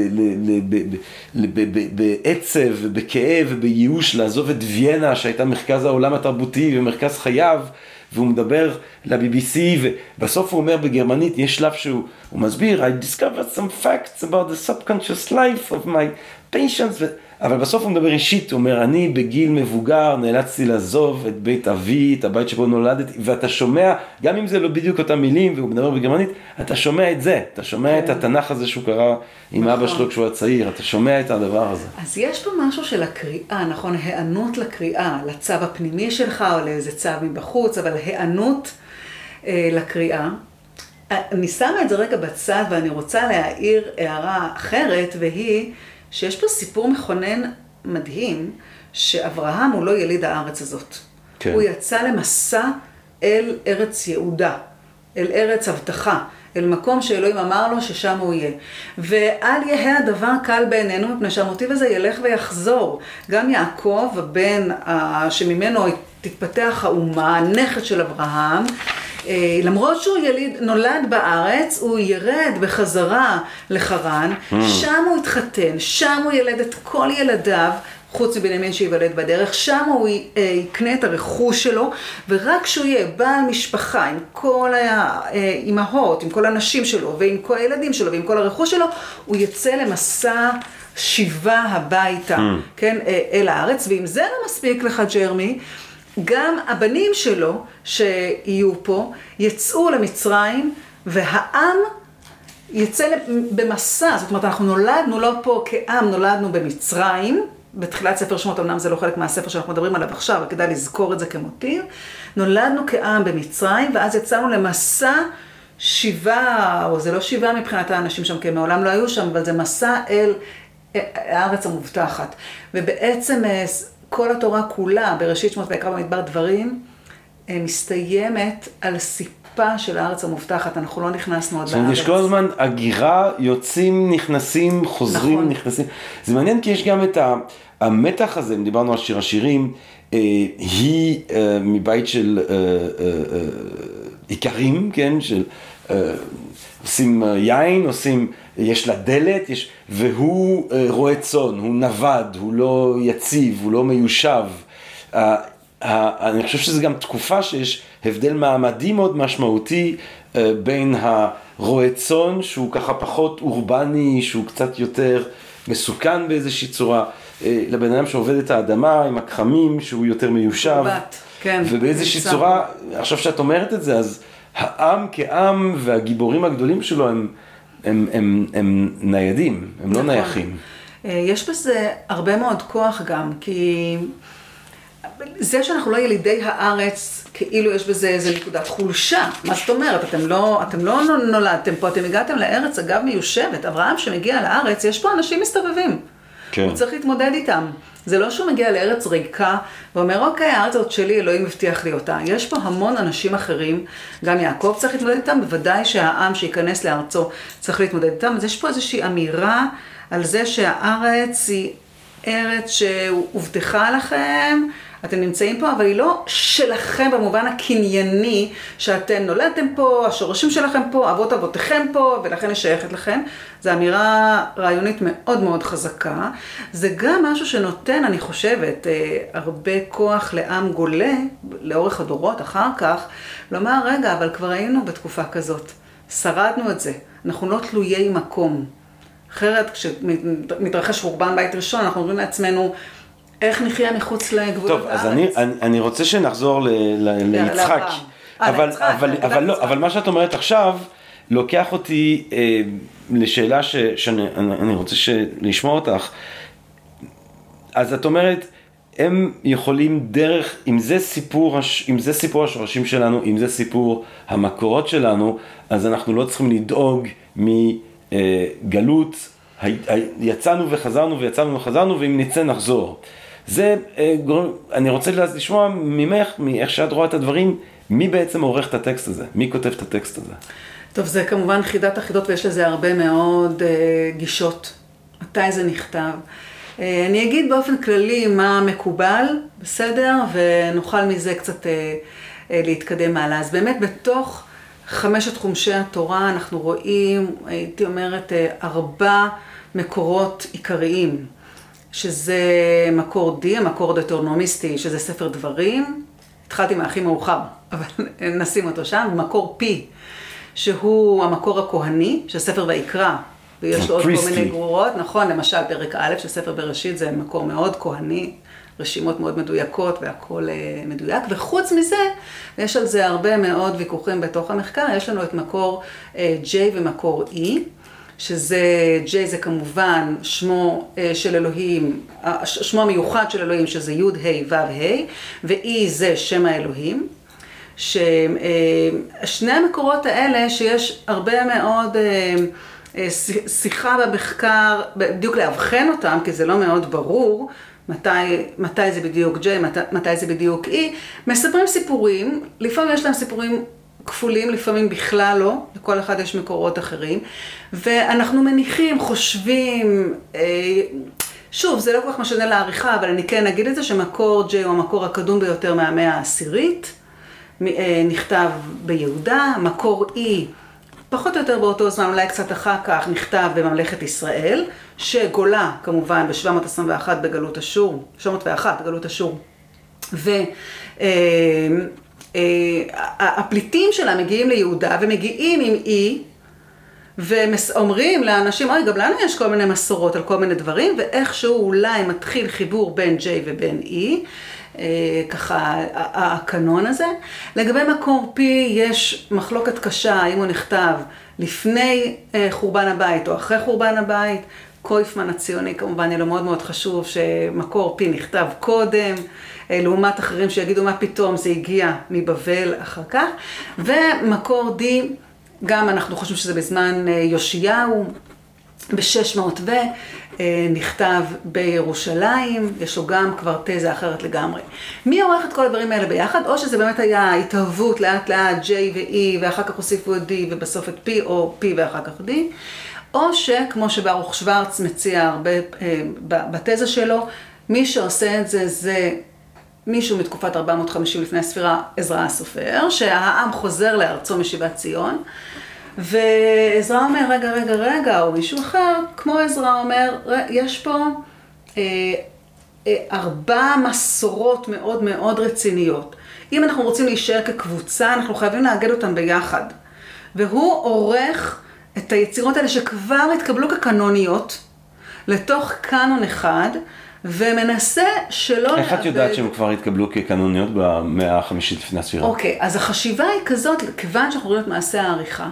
בעצב ובכאב ובייאוש לעזוב את ויינה שהייתה מרכז העולם התרבותי ומרכז חייו, והוא מדבר ל-BBC ובסוף הוא אומר בגרמנית, יש שלב שהוא מסביר, I discovered some facts about the subconscious life of my patients, אבל בסוף הוא מדבר אישית, הוא אומר, אני בגיל מבוגר נאלצתי לעזוב את בית אבי, את הבית שבו נולדתי, ואתה שומע, גם אם זה לא בדיוק אותם מילים, והוא מדבר בגרמנית, אתה שומע את זה, אתה שומע את התנ"ך הזה שהוא קרא עם אבא שלו כשהוא הצעיר, אתה שומע את הדבר הזה. אז יש פה משהו של הקריאה, נכון, הענות לקריאה, לצו הפנימי שלך, או לאיזה צו מבחוץ, אבל הענות לקריאה. אני שמה את זה רגע בצד, ואני רוצה להעיר הערה אחרת, והיא, שיש פה סיפור מכונן מדהים, שאברהם הוא לא יליד הארץ הזאת. כן. הוא יצא למסע אל ארץ יהודה, אל ארץ הבטחה, אל מקום שאלוהים אמר לו ששם הוא יהיה. ואל יהיה הדבר קל בעינינו, מפני שהמוטיב הזה ילך ויחזור. גם יעקב, הבן שממנו תתפתח האומה, הנכד של אברהם, למרות שהוא נולד בארץ, הוא ירד בחזרה לחרן, שם הוא התחתן, שם הוא ילד את כל ילדיו, חוץ מבנימין שיוולד בדרך, שם הוא יקנה את הרכוש שלו, ורק כשהוא יהיה בעל משפחה עם כל האימהות, עם כל הנשים שלו, ועם כל הילדים שלו, ועם כל הרכוש שלו, הוא יצא למסע שיבה הביתה, כן, אל הארץ, ואם זה לא מספיק לך, ג'רמי, גם הבנים שלו שיהיו פה יצאו למצרים, והעם יצא במסע. זאת אומרת, אנחנו נולדנו לא פה כעם, נולדנו במצרים, בתחילת ספר שמות, אמנם זה לא חלק מהספר שאנחנו מדברים עליו עכשיו, וכדאי לזכור את זה כמוטיב. נולדנו כעם במצרים, ואז יצאנו למסע שיבה, או זה לא שיבה מבחינת האנשים שם, כי מעולם לא היו שם, אבל זה מסע אל הארץ המובטחת. ובעצם כל התורה כולה, בראשית שמות ויקרא במדבר דברים, מסתיימת על סיפה של הארץ המובטחת. אנחנו לא נכנסנו עוד לארץ. זאת אומרת, יש כל הזמן הגירה, יוצאים, נכנסים, חוזרים, נכון. נכנסים. זה מעניין כי יש גם את המתח הזה, אם דיברנו על שיר השירים, היא מבית של עיקרים, כן, של עושים יין, יש לה דלת, והוא רואה צאן, הוא נבד, הוא לא יציב, הוא לא מיושב. אני חושב שזה גם תקופה שיש הבדל מעמדי מאוד משמעותי בין הרועה צאן, שהוא ככה פחות אורבני, שהוא קצת יותר מסוכן באיזושהי צורה, לבן אדם שעובד את האדמה עם הכחמים, שהוא יותר מיושב. כן, ובאיזושהי צורה, עכשיו שאת אומרת את זה, אז העם כעם והגיבורים הגדולים שלו הם ניידים, הם לא נייחים. יש בזה הרבה מאוד כוח גם, כי זה שאנחנו לא ילידי הארץ, כאילו יש בזה איזו נקודת חולשה. מה זאת אומרת? אתם לא נולדתם פה, אתם הגעתם לארץ, אגב מיושבת. אברהם שמגיע לארץ, יש פה אנשים מסתובבים. כן. הוא צריך להתמודד איתם. זה לא שהוא מגיע לארץ ריקה, ואומר, אוקיי, הארץ הזאת שלי, אלוהים מבטיח לי אותה. יש פה המון אנשים אחרים, גם יעקב צריך להתמודד איתם, בוודאי שהעם שייכנס לארצו צריך להתמודד איתם. אז יש פה איזושהי אמירה על זה שהארץ היא ארץ שהובטחה לכם, אתם נמצאים פה, אבל היא לא שלכם במובן הקנייני, שאתם נולדתם פה, השורשים שלכם פה, אבות אבותיכם פה, ולכן היא שייכת לכם. זו אמירה רעיונית מאוד מאוד חזקה. זה גם משהו שנותן, אני חושבת, הרבה כוח לעם גולה, לאורך הדורות אחר כך, לומר, רגע, אבל כבר היינו בתקופה כזאת. שרדנו את זה. אנחנו לא תלויי מקום. אחרת, כשמתרחש חורבן בית ראשון, אנחנו אומרים לעצמנו, איך נחיה מחוץ לגבולות הארץ? טוב, אז אני רוצה שנחזור ליצחק. אבל מה שאת אומרת עכשיו, לוקח אותי לשאלה שאני רוצה לשמוע אותך. אז את אומרת, הם יכולים דרך, אם זה סיפור השורשים שלנו, אם זה סיפור המקורות שלנו, אז אנחנו לא צריכים לדאוג מגלות, יצאנו וחזרנו ויצאנו וחזרנו, ואם נצא נחזור. זה, אני רוצה לשמוע ממך, מאיך שאת רואה את הדברים, מי בעצם עורך את הטקסט הזה? מי כותב את הטקסט הזה? טוב, זה כמובן חידת החידות, ויש לזה הרבה מאוד גישות. מתי זה נכתב? אני אגיד באופן כללי מה מקובל, בסדר? ונוכל מזה קצת להתקדם מעלה. אז באמת בתוך 5 חומשי התורה אנחנו רואים, הייתי אומרת, 4 מקורות עיקריים. שזה מקור D, המקור דטרונומיסטי, שזה ספר דברים. התחלתי מהכי מאוחר, אבל נשים אותו שם. מקור P, שהוא המקור הכהני, של ספר ויקרא, ויש לו עוד כל מיני גרורות. נכון, למשל פרק א' של ספר בראשית, זה מקור מאוד כהני, רשימות מאוד מדויקות והכל מדויק. וחוץ מזה, יש על זה הרבה מאוד ויכוחים בתוך המחקר. יש לנו את מקור J ומקור E, שזה J זה כמובן שמו של אלוהים, שמו המיוחד של אלוהים, שזה י' ה' ו' ה', ו-E זה שם האלוהים. שני המקורות האלה שיש הרבה מאוד שיחה במחקר, בדיוק להבחן אותם, כי זה לא מאוד ברור, מתי זה בדיוק J, מתי זה בדיוק E, מספרים סיפורים, לפעמים יש להם סיפורים כפולים, לפעמים בכלל לא, לכל אחד יש מקורות אחרים, ואנחנו מניחים, חושבים, שוב, זה לא כל כך משנה לעריכה, אבל אני כן אגיד את זה שמקור J הוא המקור הקדום ביותר מהמאה העשירית, נכתב ביהודה, מקור E, פחות או יותר באותו זמן, אולי קצת אחר כך, נכתב בממלכת ישראל, שגולה כמובן ב-721 בגלות אשור, 701 בגלות אשור, הפליטים שלה מגיעים ליהודה ומגיעים עם E, ואומרים לאנשים, גם לנו יש כל מיני מסורות על כל מיני דברים, ואיכשהו אולי מתחיל חיבור בין J ובין E, ככה הקנון הזה. לגבי מקור פי יש מחלוקת קשה, האם הוא נכתב לפני חורבן הבית או אחרי חורבן הבית. קויפמן הציוני כמובן יהיה לו מאוד מאוד חשוב שמקור פי נכתב קודם, לעומת אחרים שיגידו מה פתאום זה הגיע מבבל אחר כך. ומקור די, גם אנחנו חושבים שזה בזמן יאשיהו, ב-600 נכתב בירושלים, יש לו גם כבר תזה אחרת לגמרי. מי עורך את כל הדברים האלה ביחד? או שזה באמת היה התהוות לאט לאט J ו-E ואחר כך הוסיפו את D ובסוף את P או P ואחר כך D, או שכמו שברוך שוורץ מציע הרבה בתזה שלו, מי שעושה את זה זה מישהו מתקופת 450 לפני הספירה, עזרא הסופר, שהעם חוזר לארצו משיבת ציון, ועזרא אומר, רגע, או מישהו אחר, כמו עזרא אומר, יש פה 4 מסורות מאוד מאוד רציניות. אם אנחנו רוצים להישאר כקבוצה, אנחנו חייבים לאגד אותם ביחד. והוא עורך את היצירות האלה שכבר התקבלו כקנוניות, לתוך קנון אחד, ומנסה שלא... איך את יודעת שהם כבר התקבלו כקנוניות במאה החמישית לפני הספירה? אוקיי, אז החשיבה היא כזאת, כיוון שאנחנו רואים את מעשה העריכה,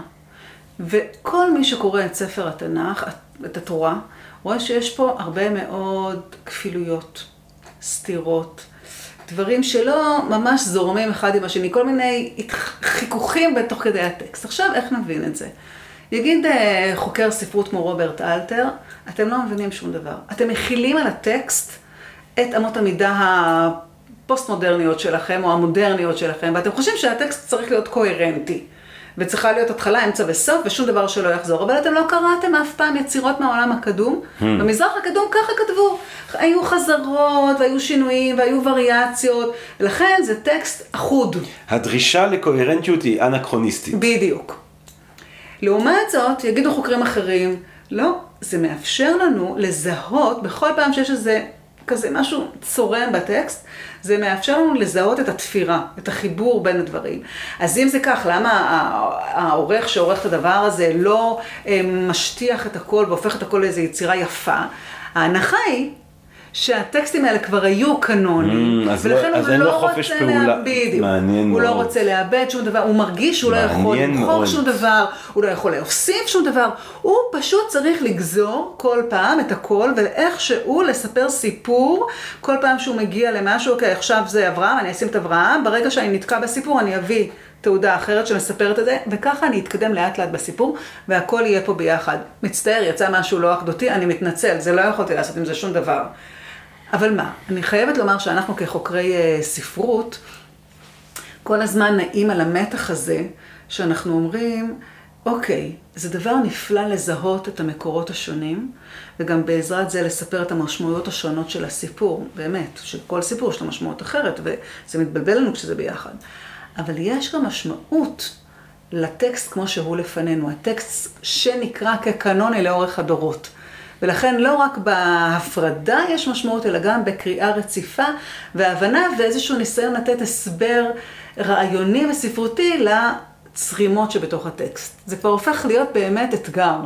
וכל מי שקורא את ספר התנ"ך, את התורה, רואה שיש פה הרבה מאוד כפילויות, סתירות, דברים שלא ממש זורמים אחד עם השני, כל מיני חיכוכים בתוך כדי הטקסט. עכשיו, איך נבין את זה? יגיד חוקר ספרות כמו רוברט אלתר, אתם לא מבינים שום דבר. אתם מכילים על הטקסט את אמות המידה הפוסט-מודרניות שלכם או המודרניות שלכם, ואתם חושבים שהטקסט צריך להיות קוהרנטי, וצריכה להיות התחלה, אמצע וסוף, ושום דבר שלא יחזור. אבל אתם לא קראתם אף פעם יצירות מהעולם הקדום. במזרח הקדום ככה כתבו. היו חזרות, והיו שינויים, והיו וריאציות, ולכן זה טקסט אחוד. הדרישה לקוהרנטיות היא אנכרוניסטית. בדיוק. לעומת זאת, יגידו חוקרים אחרים, לא, זה מאפשר לנו לזהות, בכל פעם שיש איזה כזה משהו צורם בטקסט, זה מאפשר לנו לזהות את התפירה, את החיבור בין הדברים. אז אם זה כך, למה העורך שעורך את הדבר הזה לא משטיח את הכל והופך את הכל לאיזו יצירה יפה? ההנחה היא שהטקסטים האלה כבר היו קנונים, ולכן הוא לא רוצה לאבד, הוא לא רוצה לאבד שום דבר, הוא מרגיש שהוא לא יכול למחוק שום דבר, הוא לא יכול להוסיף שום דבר, הוא פשוט צריך לגזור כל פעם את הכל, ואיכשהו לספר סיפור, כל פעם שהוא מגיע למשהו, אוקיי, עכשיו זה אברהם, אני אשים את אברהם, ברגע שאני נתקע בסיפור אני אביא תעודה אחרת שמספרת את זה, וככה אני אתקדם לאט לאט בסיפור, והכל יהיה פה ביחד. מצטער, יצא משהו לא אחדותי, אני מתנצל, זה לא יכולתי לעשות עם זה שום דבר. אבל מה? אני חייבת לומר שאנחנו כחוקרי ספרות, כל הזמן נעים על המתח הזה, שאנחנו אומרים, אוקיי, זה דבר נפלא לזהות את המקורות השונים, וגם בעזרת זה לספר את המשמעויות השונות של הסיפור, באמת, שכל סיפור יש לו משמעות אחרת, וזה מתבלבל לנו כשזה ביחד. אבל יש גם משמעות לטקסט כמו שהוא לפנינו, הטקסט שנקרא כקנוני לאורך הדורות. ולכן לא רק בהפרדה יש משמעות, אלא גם בקריאה רציפה והבנה ואיזשהו ניסיון לתת הסבר רעיוני וספרותי לצרימות שבתוך הטקסט. זה כבר הופך להיות באמת אתגר.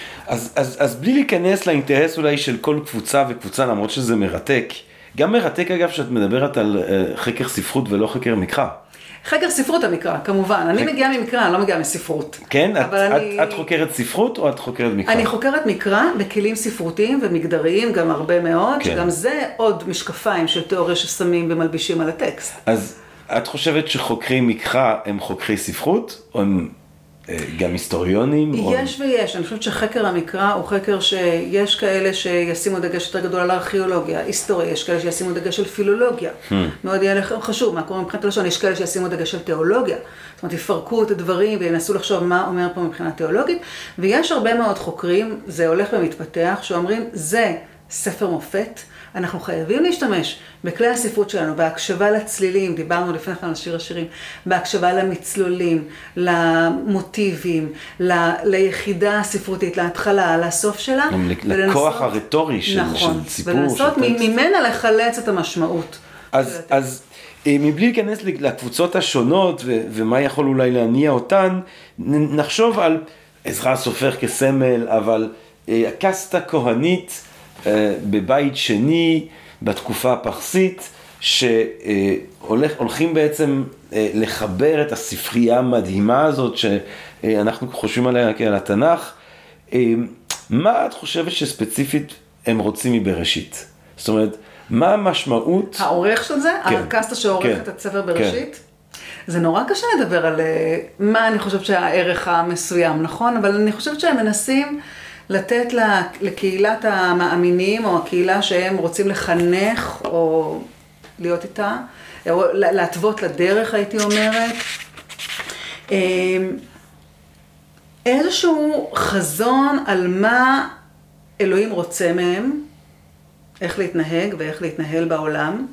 אז בלי להיכנס לאינטרס אולי של כל קבוצה וקבוצה, למרות שזה מרתק, גם מרתק אגב שאת מדברת על חקר ספרות ולא חקר מקרא. חקר ספרות המקרא, כמובן. אני מגיעה ממקרא, אני לא מגיעה מספרות. כן? את חוקרת ספרות או את חוקרת מקרא? אני חוקרת מקרא בכלים ספרותיים ומגדריים, גם הרבה מאוד, שגם זה עוד משקפיים של תיאוריה ששמים ומלבישים על הטקסט. אז את חושבת שחוקרי מקרא הם חוקרי ספרות, או הם גם היסטוריונים? יש ויש. אני חושבת שחקר המקרא הוא חקר שיש כאלה שישימו דגש יותר גדול על הארכיאולוגיה, היסטוריה, יש כאלה שישימו דגש על פילולוגיה. מאוד יהיה חשוב, מה קורה מבחינת הלשון, יש כאלה שישימו דגש על תיאולוגיה. זאת אומרת, יפרקו את הדברים וינסו לחשוב מה אומר פה מבחינה תיאולוגית. ויש הרבה מאוד חוקרים, זה הולך ומתפתח, שאומרים, זה ספר מופת, אנחנו חייבים להשתמש בכלי הספרות שלנו, בהקשבה לצלילים, דיברנו לפני כן על שיר השירים, בהקשבה למצלולים, למוטיבים, ליחידה הספרותית, להתחלה, לסוף שלה. לכוח הרטורי של סיפור. ולנסות ממנה לחלץ את המשמעות. אז מבלי להיכנס לקבוצות השונות ומה יכול אולי להניע אותן, נחשוב על עזרא הסופר כסמל, אבל הקסטה כהנית, בבית שני, בתקופה הפרסית, שהולכים בעצם לחבר את הספרייה המדהימה הזאת שאנחנו חושבים עליה כעל התנ"ך. מה את חושבת שספציפית הם רוצים מבראשית? זאת אומרת, מה המשמעות? העורך של זה? כן. הקסטה שעורך כן. את הספר בראשית? זה נורא קשה לדבר על מה אני חושבת שהערך המסוים, נכון? אבל אני חושבת שהם מנסים לתת לקהילת המאמינים, או הקהילה שהם רוצים לחנך, או להיות איתה, או להתוות לדרך, הייתי אומרת. איזשהו חזון על מה אלוהים רוצה מהם, איך להתנהג ואיך להתנהל בעולם.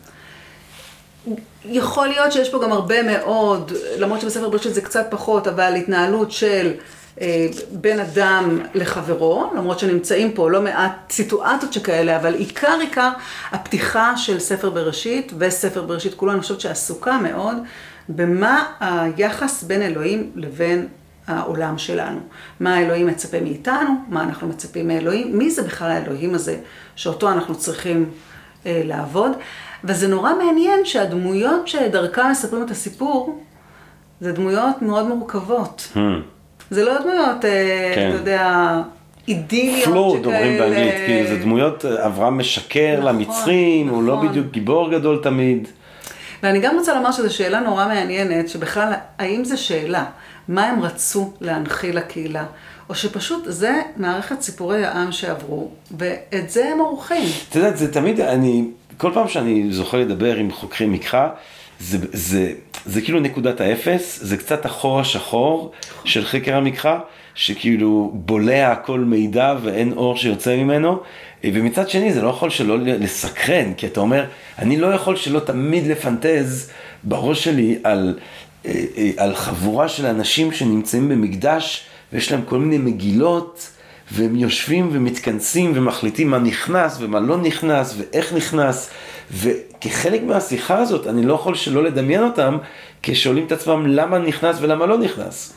יכול להיות שיש פה גם הרבה מאוד, למרות שבספר בראשית זה קצת פחות, אבל התנהלות של בין אדם לחברו, למרות שנמצאים פה לא מעט סיטואציות שכאלה, אבל עיקר הפתיחה של ספר בראשית וספר בראשית כולו, אני חושבת שעסוקה מאוד במה היחס בין אלוהים לבין העולם שלנו. מה האלוהים מצפה מאיתנו, מה אנחנו מצפים מאלוהים, מי זה בכלל האלוהים הזה שאותו אנחנו צריכים לעבוד. וזה נורא מעניין שהדמויות שדרכם מספרים את הסיפור, זה דמויות מאוד מורכבות. זה לא דמויות, אתה יודע, אידיליות פלורד אומרים באנגלית, כאילו זה דמויות, אברהם משקר למצרים, הוא לא בדיוק גיבור גדול תמיד. ואני גם רוצה לומר שזו שאלה נורא מעניינת, שבכלל, האם זו שאלה, מה הם רצו להנחיל לקהילה, או שפשוט זה מערכת סיפורי העם שעברו, ואת זה הם עורכים. אתה יודע, זה תמיד, כל פעם שאני זוכר לדבר עם חוקרי מקרא, זה כאילו נקודת האפס, זה קצת החור השחור של חקר המקרא, שכאילו בולע כל מידע ואין אור שיוצא ממנו, ומצד שני זה לא יכול שלא לסקרן, כי אתה אומר, אני לא יכול שלא תמיד לפנטז בראש שלי על חבורה של אנשים שנמצאים במקדש, ויש להם כל מיני מגילות, והם יושבים ומתכנסים ומחליטים מה נכנס ומה לא נכנס ואיך נכנס, וכחלק מהשיחה הזאת אני לא יכול שלא לדמיין אותם כשואלים את עצמם למה נכנס ולמה לא נכנס.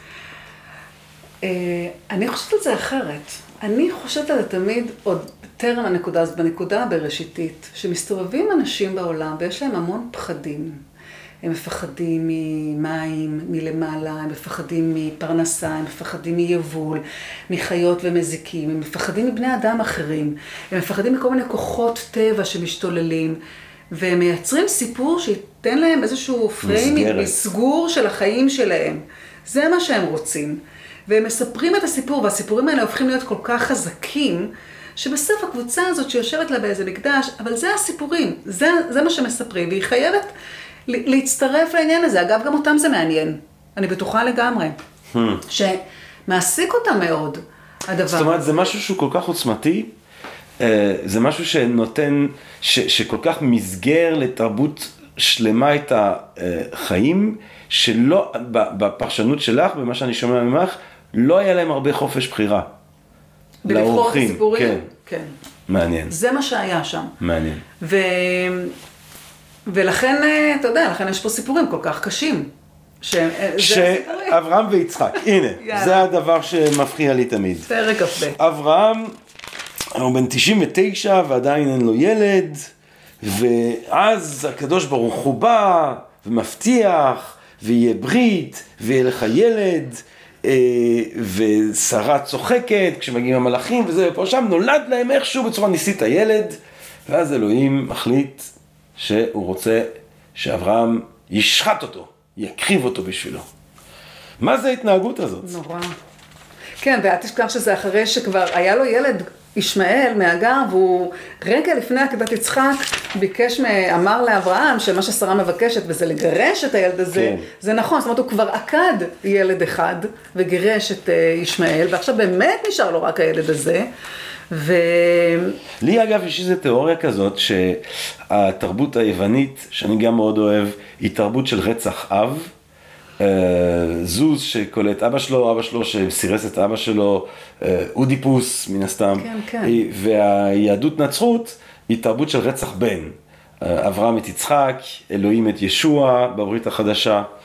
אני חושבת על זה אחרת. אני חושבת על זה תמיד עוד טרם הנקודה הזאת, בנקודה הבראשיתית, שמסתובבים אנשים בעולם ויש להם המון פחדים. הם מפחדים ממים, מלמעלה, הם מפחדים מפרנסה, הם מפחדים מיבול, מחיות ומזיקים, הם מפחדים מבני אדם אחרים, הם מפחדים מכל מיני כוחות טבע שמשתוללים, והם מייצרים סיפור שייתן להם איזשהו פריים, מסגור של החיים שלהם. זה מה שהם רוצים. והם מספרים את הסיפור, והסיפורים האלה הופכים להיות כל כך חזקים, שבסוף הקבוצה הזאת שיושבת לה באיזה מקדש, אבל זה הסיפורים, זה מה שמספרים, והיא חייבת להצטרף לעניין הזה. אגב, גם אותם זה מעניין. אני בטוחה לגמרי. שמעסיק אותם מאוד, הדבר. זאת אומרת, זה משהו שהוא כל כך עוצמתי, זה משהו שנותן, שכל כך מסגר לתרבות שלמה את החיים, שלא, בפרשנות שלך, במה שאני שומע ממך, לא היה להם הרבה חופש בחירה. בלבחור את הסיפורים? כן. כן. מעניין. זה מה שהיה שם. מעניין. ולכן, אתה יודע, לכן יש פה סיפורים כל כך קשים. שאברהם ויצחק, הנה, זה הדבר שמפחיע לי תמיד. פרק כ"ב. אברהם, הוא בן 99 ועדיין אין לו ילד, ואז הקדוש ברוך הוא בא ומבטיח, ויהיה ברית, ויהיה לך ילד, ושרה צוחקת כשמגיעים המלאכים, וזה פה שם, נולד להם איכשהו בצורה ניסית הילד, ואז אלוהים מחליט שהוא רוצה שאברהם ישחט אותו, יקריב אותו בשבילו. מה זה ההתנהגות הזאת? נורא. כן, ואת תשכח שזה אחרי שכבר היה לו ילד ישמעאל מהגר, והוא רגע לפני עקדת יצחק ביקש, אמר לאברהם שמה ששרה מבקשת, וזה לגרש את הילד הזה, כן. זה נכון, זאת אומרת הוא כבר עקד ילד אחד וגירש את ישמעאל, ועכשיו באמת נשאר לו רק הילד הזה. לי אגב יש איזו תיאוריה כזאת שהתרבות היוונית, שאני גם מאוד אוהב, היא תרבות של רצח אב, זוז שקולט אבא שלו שסירס את אבא שלו, אודיפוס מן הסתם, כן, כן. והיהדות נצרות היא תרבות של רצח בן, אברהם את יצחק, אלוהים את ישוע בברית החדשה,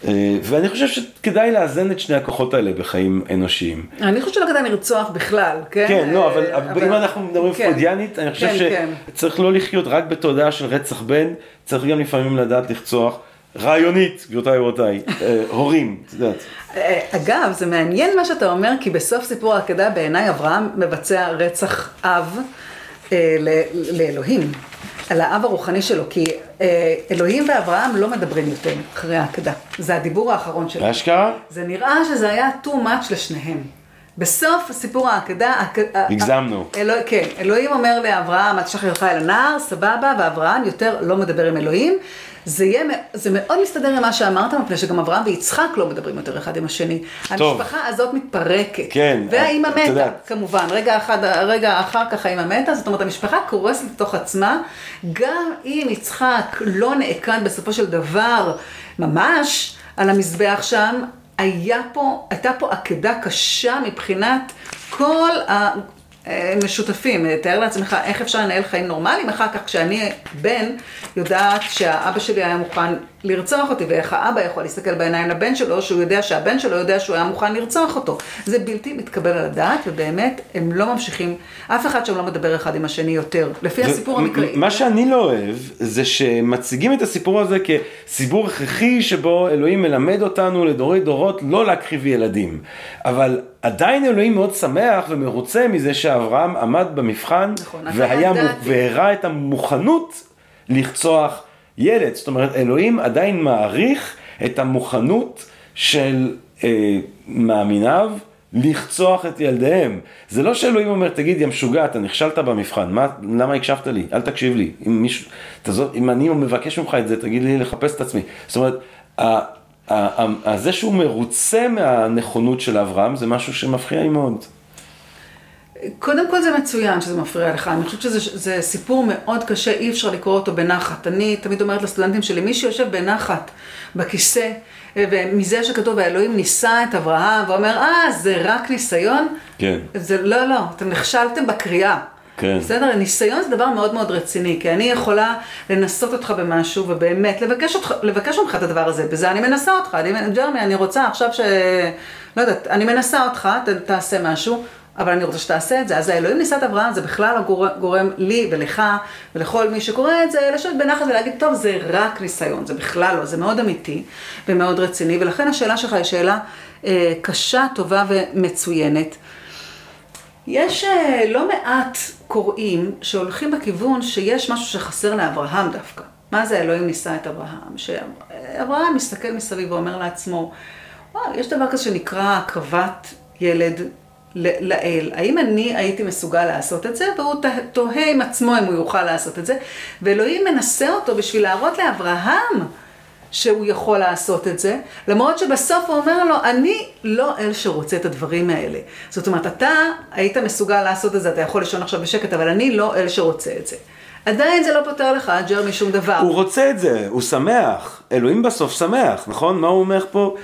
ואני חושב שכדאי לאזן את שני הכוחות האלה בחיים אנושיים. אני חושב שלא כדאי לרצוח בכלל, כן? כן, לא, אבל אם אנחנו מדברים פרוידיאנית, אני חושב שצריך לא לחיות רק בתודעה של רצח בן, צריך גם לפעמים לדעת לחצוח רעיונית, גבירותיי ורבותיי, הורים, את יודעת. אגב, זה מעניין מה שאתה אומר, כי בסוף סיפור העקדה בעיניי אברהם מבצע רצח אב לאלוהים, על האב הרוחני שלו, כי אלוהים ואברהם לא מדברים יותר אחרי העקדה. זה הדיבור האחרון שלו. להשכרה? זה נראה שזה היה too much לשניהם. בסוף סיפור העקדה... הגזמנו. כן, אלוהים אומר לאברהם, אל תשלח ידך אל הנער, סבבה, ואברהם יותר לא מדבר עם אלוהים. זה מאוד מסתדר עם מה שאמרת, מפני שגם אברהם ויצחק לא מדברים יותר אחד עם השני. טוב. המשפחה הזאת מתפרקת. כן. והאמא מתה, כמובן. רגע אחר כך האמא מתה, זאת אומרת, המשפחה קורסת לתוך עצמה, גם אם יצחק לא נעקד בסופו של דבר ממש על המזבח שם, הייתה פה עקדה קשה מבחינת כל המשותפים. תאר לעצמך איך אפשר לנהל חיים נורמליים, אחר כך כשאני בן יודעת שהאבא שלי היה מוכן לרצוח אותי, ואיך האבא יכול להסתכל בעיניים לבן שלו, שהוא יודע שהבן שלו יודע שהוא היה מוכן לרצוח אותו. זה בלתי מתקבל על הדעת, ובאמת הם לא ממשיכים, אף אחד שם לא מדבר אחד עם השני יותר, לפי הסיפור המקראי. מה שאני לא אוהב, זה שמציגים את הסיפור הזה כסיפור הכרחי, שבו אלוהים מלמד אותנו לדורי דורות לא להקריב ילדים. אבל עדיין אלוהים מאוד שמח ומרוצה מזה שאברהם עמד במבחן, נכון, והראה את המוכנות לרצוח ילד. זאת אומרת, אלוהים עדיין מעריך את המוכנות של מאמיניו לרצוח את ילדיהם. זה לא שאלוהים אומר, תגיד, יא משוגע, אתה נכשלת במבחן, למה הקשבת לי? אל תקשיב לי. אם אני מבקש ממך את זה, תגיד לי לחפש את עצמי. זאת אומרת, זה שהוא מרוצה מהנכונות של אברהם, זה משהו שמפריע לי מאוד. קודם כל זה מצוין שזה מפריע לך, אני חושבת שזה סיפור מאוד קשה, אי אפשר לקרוא אותו בנחת. אני תמיד אומרת לסטודנטים שלי, מי שיושב בנחת בכיסא, ומזה שכתוב, האלוהים ניסה את אברהם, ואומר, זה רק ניסיון? כן. לא, אתם נכשלתם בקריאה. כן. בסדר? ניסיון זה דבר מאוד מאוד רציני, כי אני יכולה לנסות אותך במשהו, ובאמת לבקש ממך את הדבר הזה, בזה אני מנסה אותך, ג'רמי, אני רוצה עכשיו לא יודעת, אני מנסה אותך, תעשה משהו, אבל אני רוצה שתעשה את זה. אז האלוהים ניסה את אברהם, זה בכלל גורם לי ולך ולכל מי שקורא את זה, לשבת בנחת ולהגיד, טוב, זה רק ניסיון, זה בכלל לא, זה מאוד אמיתי ומאוד רציני, ולכן השאלה שלך היא שאלה קשה, טובה ומצוינת. יש לא מעט קוראים שהולכים בכיוון שיש משהו שחסר לאברהם דווקא. מה זה אלוהים ניסה את אברהם? שאברהם מסתכל מסביב ואומר לעצמו, יש דבר כזה שנקרא הקרבת ילד לאל. האם אני הייתי מסוגל לעשות את זה? והוא תוהה עם עצמו אם הוא יוכל לעשות את זה. ואלוהים מנסה אותו בשביל להראות לאברהם שהוא יכול לעשות את זה, למרות שבסוף הוא אומר לו, אני לא אל שרוצה את הדברים האלה. זאת אומרת, אתה היית מסוגל לעשות את זה, אתה יכול לישון עכשיו בשקט, אבל אני לא אל שרוצה את זה. עדיין זה לא פותר לך, ג'רמי, שום דבר. הוא רוצה את זה, הוא שמח. אלוהים בסוף שמח, נכון? מה הוא אומר פה?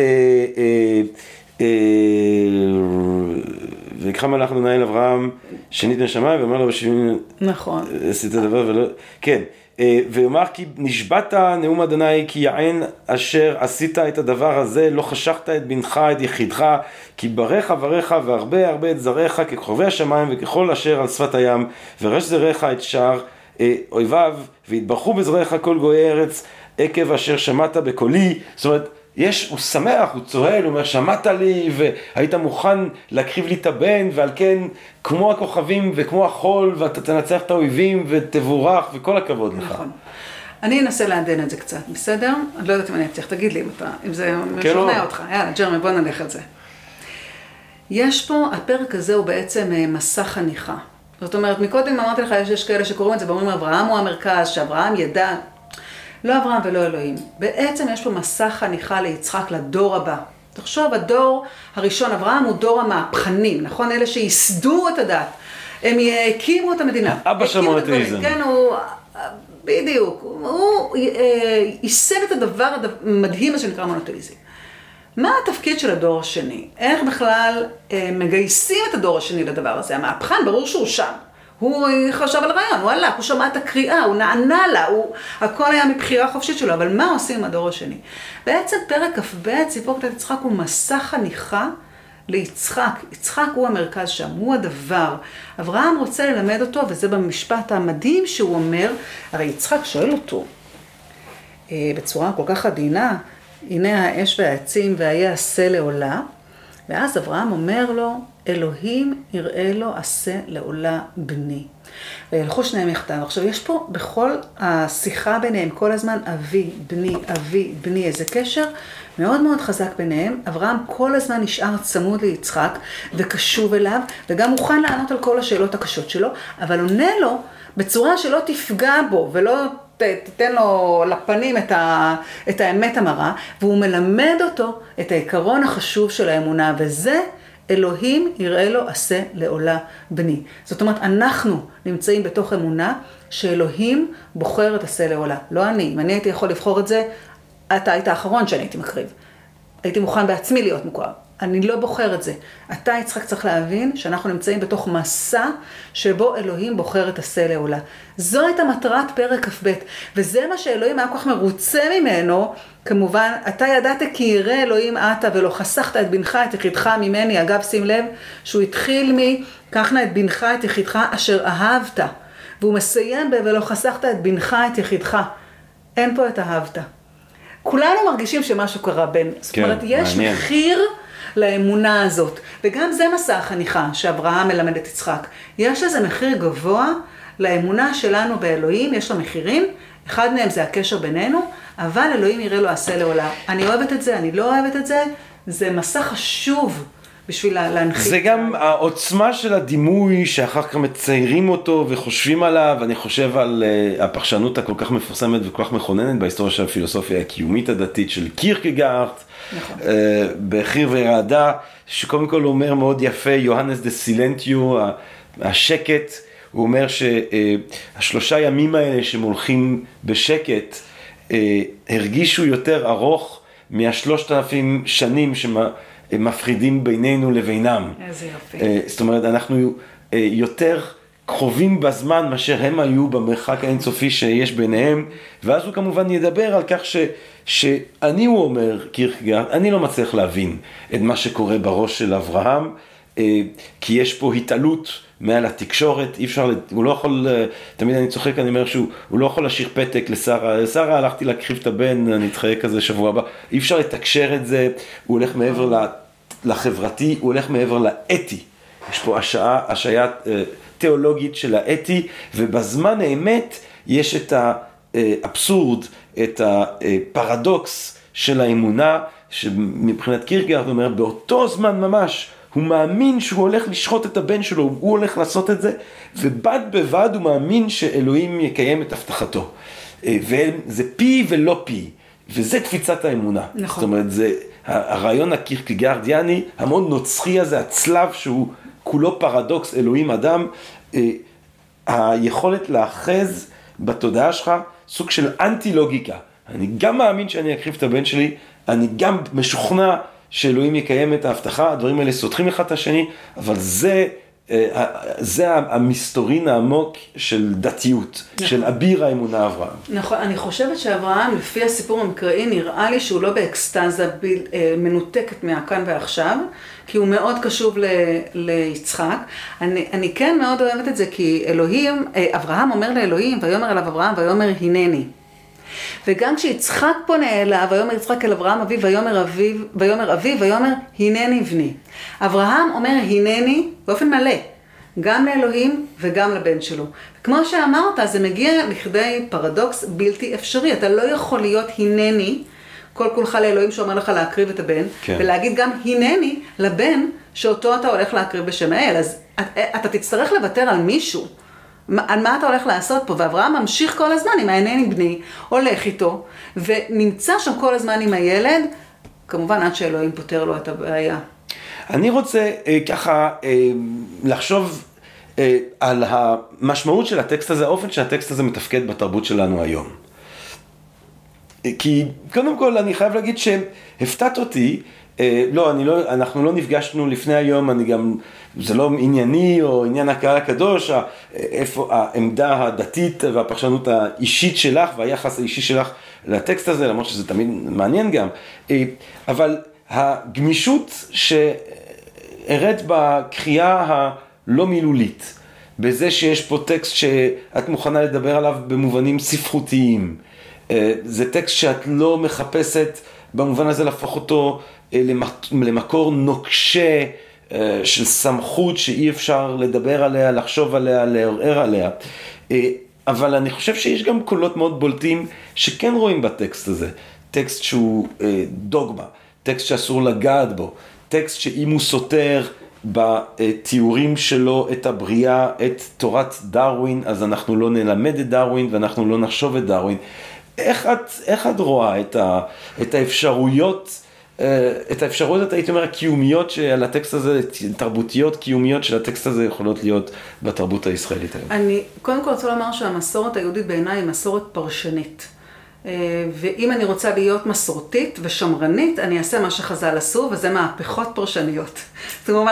ויקרא מלאך אדוני אל אברהם שנית נשמה, ואומר לו בשביל... נכון. עשית הדבר ולא... כן. ואומר כי נשבעת נאום אדוני כי יען אשר עשית את הדבר הזה, לא חשכת את בנך את יחידך, כי ברך והרבה הרבה את זרעך ככוכבי השמיים וככל אשר על שפת הים, ורש זרעך את שער אויביו, והתברכו בזרעך כל גויי ארץ עקב אשר שמעת בקולי. זאת אומרת, הוא שמח, הוא צוהל, הוא אומר, שמעת לי והיית מוכן להקריב לי את הבן, ועל כן כמו הכוכבים וכמו החול, ואתה תנצח את האויבים ותבורך, וכל הכבוד לך. נכון. אני אנסה לעדן את זה קצת, בסדר? אני לא יודעת אם אני אצליח, תגיד לי אם זה משכנע אותך. יאללה, ג'רמי, בוא נלך את זה. יש פה, הפרק הזה הוא בעצם מסע חניכה. זאת אומרת, מקודם אמרתי לך, יש כאלה שקוראים את זה, ואומרים, אברהם הוא המרכז, שאברהם ידע, לא אברהם ולא אלוהים. בעצם יש פה מסע חניכה ליצחק לדור הבא. תחשוב, הדור הראשון, אברהם הוא דור המהפכנים, נכון? אלה שיסדו את הדת. הם הקימו את המדינה. אבא של מונותאיזם. כן, הוא... בדיוק. הוא ייסד את הדבר המדהים הזה שנקרא מונותאיזם. מה התפקיד של הדור השני? איך בכלל מגייסים את הדור השני לדבר הזה? המהפכן, ברור שהוא שם. הוא חשב על רעיון, הוא הלך, הוא שמע את הקריאה, הוא נענה לה, הכל היה מבחירה חופשית שלו, אבל מה עושים עם הדור השני? בעצם פרק כ"ב, סיפור קטעת יצחק, הוא מסע חניכה ליצחק. יצחק הוא המרכז שם, הוא הדבר. אברהם רוצה ללמד אותו, וזה במשפט המדהים שהוא אומר, הרי יצחק שואל אותו, בצורה כל כך עדינה, הנה האש והעצים והיה עשה לעולה, ואז אברהם אומר לו, אלוהים יראה לו עשה לעולה בני. וילכו שניהם יחדיו. עכשיו יש פה בכל השיחה ביניהם כל הזמן אבי, בני, איזה קשר מאוד מאוד חזק ביניהם. אברהם כל הזמן נשאר צמוד ליצחק וקשוב אליו, וגם מוכן לענות על כל השאלות הקשות שלו, אבל עונה לו בצורה שלא תפגע בו ולא תיתן לו לפנים את האמת המרה, והוא מלמד אותו את העיקרון החשוב של האמונה, וזה אלוהים יראה לו עשה לעולה בני. זאת אומרת, אנחנו נמצאים בתוך אמונה שאלוהים בוחר את עשה לעולה. לא אני. אם אני הייתי יכול לבחור את זה, אתה היית האחרון שאני הייתי מקריב. הייתי מוכן בעצמי להיות מוכר. אני לא בוחר את זה. אתה, יצחק, צריך להבין שאנחנו נמצאים בתוך מסע שבו אלוהים בוחר את עשה לעולה. זו הייתה מטרת פרק כ"ב, וזה מה שאלוהים היה כל כך מרוצה ממנו. כמובן, אתה ידעת כי יראה אלוהים אתה ולא חסכת את בנך, את יחידך ממני. אגב, שים לב שהוא התחיל קח נא את בנך, את יחידך אשר אהבת. והוא מסיים ולא חסכת את בנך, את יחידך. אין פה את אהבת. כולנו מרגישים שמשהו קרה בין. זאת אומרת, יש מחיר לאמונה הזאת. וגם זה מסע החניכה שאברהם מלמד את יצחק. יש לזה מחיר גבוה לאמונה שלנו באלוהים, יש לה מחירים. אחד מהם זה הקשר בינינו, אבל אלוהים יראה לו עשה לעולה. אני אוהבת את זה, אני לא אוהבת את זה. זה מסע חשוב בשביל להנחית. זה גם העוצמה של הדימוי שאחר כך מציירים אותו וחושבים עליו. אני חושב על הפרשנות הכל כך מפורסמת וכל כך מכוננת בהיסטוריה של הפילוסופיה הקיומית הדתית של קירקגארד. נכון. בחיר ורעדה, שקודם כל הוא אומר מאוד יפה, יוהנס דה סילנטיו, השקט, הוא אומר שהשלושה ימים האלה שהם הולכים בשקט, הרגישו יותר ארוך מה3,000 שנים שמפחידים בינינו לבינם. איזה יפה. זאת אומרת, אנחנו יותר קרובים בזמן מאשר הם היו במרחק האינסופי שיש ביניהם, ואז הוא כמובן ידבר על כך שאני, הוא אומר, קירקגארד, אני לא מצליח להבין את מה שקורה בראש של אברהם, כי יש פה התעלות מעל התקשורת, אי אפשר, הוא לא יכול, תמיד אני צוחק, אני אומר שהוא לא יכול להשאיר פתק לשרה, שרה הלכתי להקריב את הבן, אני אתחייק כזה שבוע הבא, אי אפשר לתקשר את זה, הוא הולך מעבר לחברתי, הוא הולך מעבר לאתי, יש פה השעיה תיאולוגית של האתי, ובזמן האמת יש את האבסורד, את הפרדוקס של האמונה, שמבחינת קירקגארד אומר, באותו זמן ממש, הוא מאמין שהוא הולך לשחוט את הבן שלו, הוא הולך לעשות את זה, ובד בבד הוא מאמין שאלוהים יקיים את הבטחתו. וזה פי ולא פי, וזה קפיצת האמונה. נכון. זאת אומרת, זה הרעיון הקירקגארדיאני, המון נוצחי הזה, הצלב שהוא כולו פרדוקס, אלוהים אדם, היכולת לאחז בתודעה שלך סוג של אנטי לוגיקה. אני גם מאמין שאני אקריב את הבן שלי, אני גם משוכנע שאלוהים יקיים את ההבטחה, הדברים האלה סותרים אחד את השני, אבל זה המסתורין העמוק של דתיות, נכון. של אביר האמונה אברהם. נכון, אני חושבת שאברהם, לפי הסיפור המקראי, נראה לי שהוא לא באקסטזה מנותקת מהכאן ועכשיו, כי הוא מאוד קשוב ליצחק. אני כן מאוד אוהבת את זה, כי אברהם אומר לאלוהים, ויאמר אליו אברהם, ויאמר הנני. וגם כשיצחק פונה אליו, ויאמר יצחק אל אברהם אביו, ויאמר אביו, ויאמר הנני בני. אברהם אומר הנני באופן מלא, גם לאלוהים וגם לבן שלו. כמו שאמרת, זה מגיע לכדי פרדוקס בלתי אפשרי. אתה לא יכול להיות הנני, כל כולך לאלוהים שאומר לך להקריב את הבן, כן. ולהגיד גם הנני לבן שאותו אתה הולך להקריב בשם האל. אז אתה תצטרך לוותר על מישהו. על מה אתה הולך לעשות פה? ואברהם ממשיך כל הזמן עם הנני בני, הולך איתו, ונמצא שם כל הזמן עם הילד, כמובן עד שאלוהים פותר לו את הבעיה. אני רוצה ככה לחשוב על המשמעות של הטקסט הזה, האופן שהטקסט הזה מתפקד בתרבות שלנו היום. כי קודם כל אני חייב להגיד שהפתעת אותי, אנחנו לא נפגשנו לפני היום, אני גם, זה לא ענייני או עניין הקהל הקדוש, איפה העמדה הדתית והפרשנות האישית שלך והיחס האישי שלך לטקסט הזה, למרות שזה תמיד מעניין גם, אבל הגמישות שהראית בקריאה הלא מילולית, בזה שיש פה טקסט שאת מוכנה לדבר עליו במובנים ספרותיים, זה טקסט שאת לא מחפשת במובן הזה להפוך אותו למקור נוקשה של סמכות שאי אפשר לדבר עליה, לחשוב עליה, לערער עליה. אבל אני חושב שיש גם קולות מאוד בולטים שכן רואים בטקסט הזה. טקסט שהוא דוגמה, טקסט שאסור לגעת בו, טקסט שאם הוא סותר בתיאורים שלו את הבריאה, את תורת דרווין, אז אנחנו לא נלמד את דרווין ואנחנו לא נחשוב את דרווין. איך את רואה את האפשרויות, הייתי אומר, הקיומיות של הטקסט הזה, תרבותיות קיומיות של הטקסט הזה יכולות להיות בתרבות הישראלית היום? אני קודם כל רוצה לומר שהמסורת היהודית בעיניי היא מסורת פרשנית. ואם אני רוצה להיות מסורתית ושמרנית, אני אעשה מה שחז"ל עשו, וזה מהפכות פרשניות. זאת אומרת,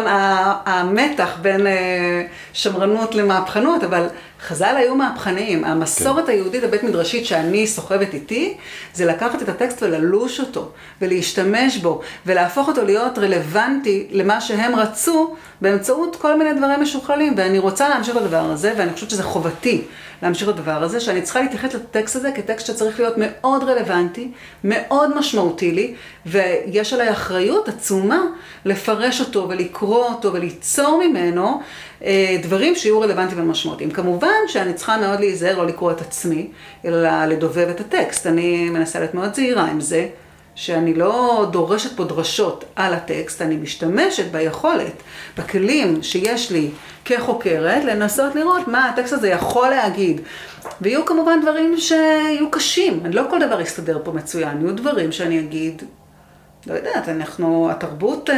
המתח בין שמרנות למהפכנות, אבל חז"ל היו מהפכניים. המסורת היהודית הבית מדרשית שאני סוחבת איתי, זה לקחת את הטקסט וללוש אותו, ולהשתמש בו, ולהפוך אותו להיות רלוונטי למה שהם רצו, באמצעות כל מיני דברים משוכללים. ואני רוצה להמשיך לדבר הזה, ואני חושבת שזה חובתי להמשיך לדבר הזה, שאני צריכה להתייחס לטקסט הזה כטקסט שצריך להיות מאוד רלוונטי, מאוד משמעותי לי, ויש עליי אחריות עצומה לפרש אותו ולקרוא אותו וליצור ממנו דברים שיהיו רלוונטיים ומשמעותיים. כמובן שאני צריכה מאוד להיזהר לא לקרוא את עצמי, אלא לדובב את הטקסט. אני מנסה להיות מאוד זהירה עם זה, שאני לא דורשת פה דרשות על הטקסט, אני משתמשת ביכולת, בכלים שיש לי כחוקרת, לנסות לראות מה הטקסט הזה יכול להגיד. ויהיו כמובן דברים שיהיו קשים, לא כל דבר יסתדר פה מצוין, יהיו דברים שאני אגיד, לא יודעת, התרבות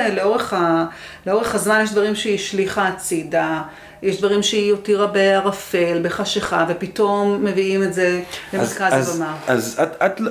לאורך הזמן יש דברים שהיא שליחה הצידה, יש דברים שהיא הותירה בערפל, בחשיכה, ופתאום מביאים את זה למרכז הבמה. אז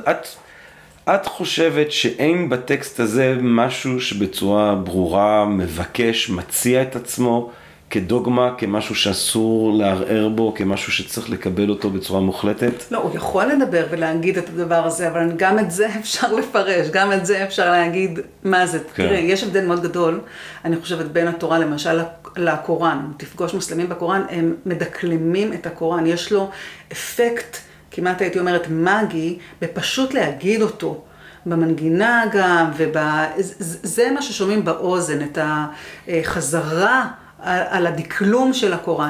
את חושבת שאין בטקסט הזה משהו שבצורה ברורה מבקש, מציע את עצמו כדוגמה, כמשהו שאסור לערער בו, כמשהו שצריך לקבל אותו בצורה מוחלטת? לא, הוא יכול לדבר ולהגיד את הדבר הזה, אבל גם את זה אפשר לפרש, גם את זה אפשר להגיד מה זה. כן. תראה, יש הבדל מאוד גדול, אני חושבת, בין התורה למשל לקוראן. תפגוש מוסלמים בקוראן, הם מדקלמים את הקוראן, יש לו אפקט, כמעט הייתי אומרת מגי, בפשוט להגיד אותו, במנגינה גם, זה מה ששומעים באוזן, את החזרה על הדקלום של הקוראן.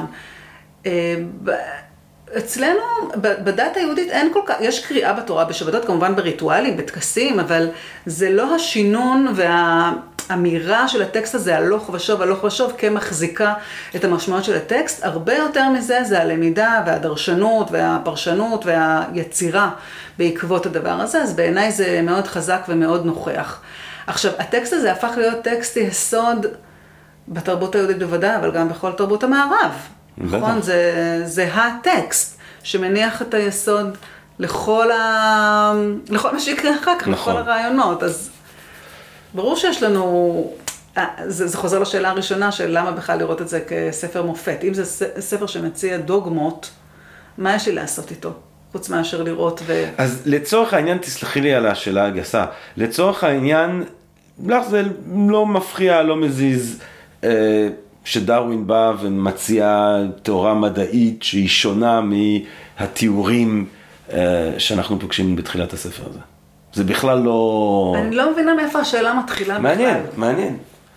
אצלנו, בדת היהודית אין כל כך, יש קריאה בתורה בשבתות, כמובן בריטואלים, בטקסים, אבל זה לא השינון והאמירה של הטקסט הזה, הלוך ושוב, כמחזיקה את המשמעות של הטקסט. הרבה יותר מזה זה הלמידה והדרשנות והפרשנות והיצירה בעקבות הדבר הזה, אז בעיניי זה מאוד חזק ומאוד נוכח. עכשיו, הטקסט הזה הפך להיות טקסט יסוד בתרבות היהודית בוודאי, אבל גם בכל תרבות המערב. נכון? זה הטקסט שמניח את היסוד לכל מה שיקרה אחר כך, לכל הרעיונות. אז ברור שיש לנו, זה חוזר לשאלה הראשונה של למה בכלל לראות את זה כספר מופת. אם זה ספר שמציע דוגמות, מה יש לי לעשות איתו? חוץ מאשר לראות אז לצורך העניין, תסלחי לי על השאלה הגסה, לצורך העניין, לך זה לא מפחיע, לא מזיז, שדרווין בא ומציע תיאוריה מדעית שהיא שונה מהתיאורים שאנחנו פוגשים בתחילת הספר הזה. זה בכלל לא... אני לא מבינה מאיפה השאלה מתחילה בכלל. מעניין.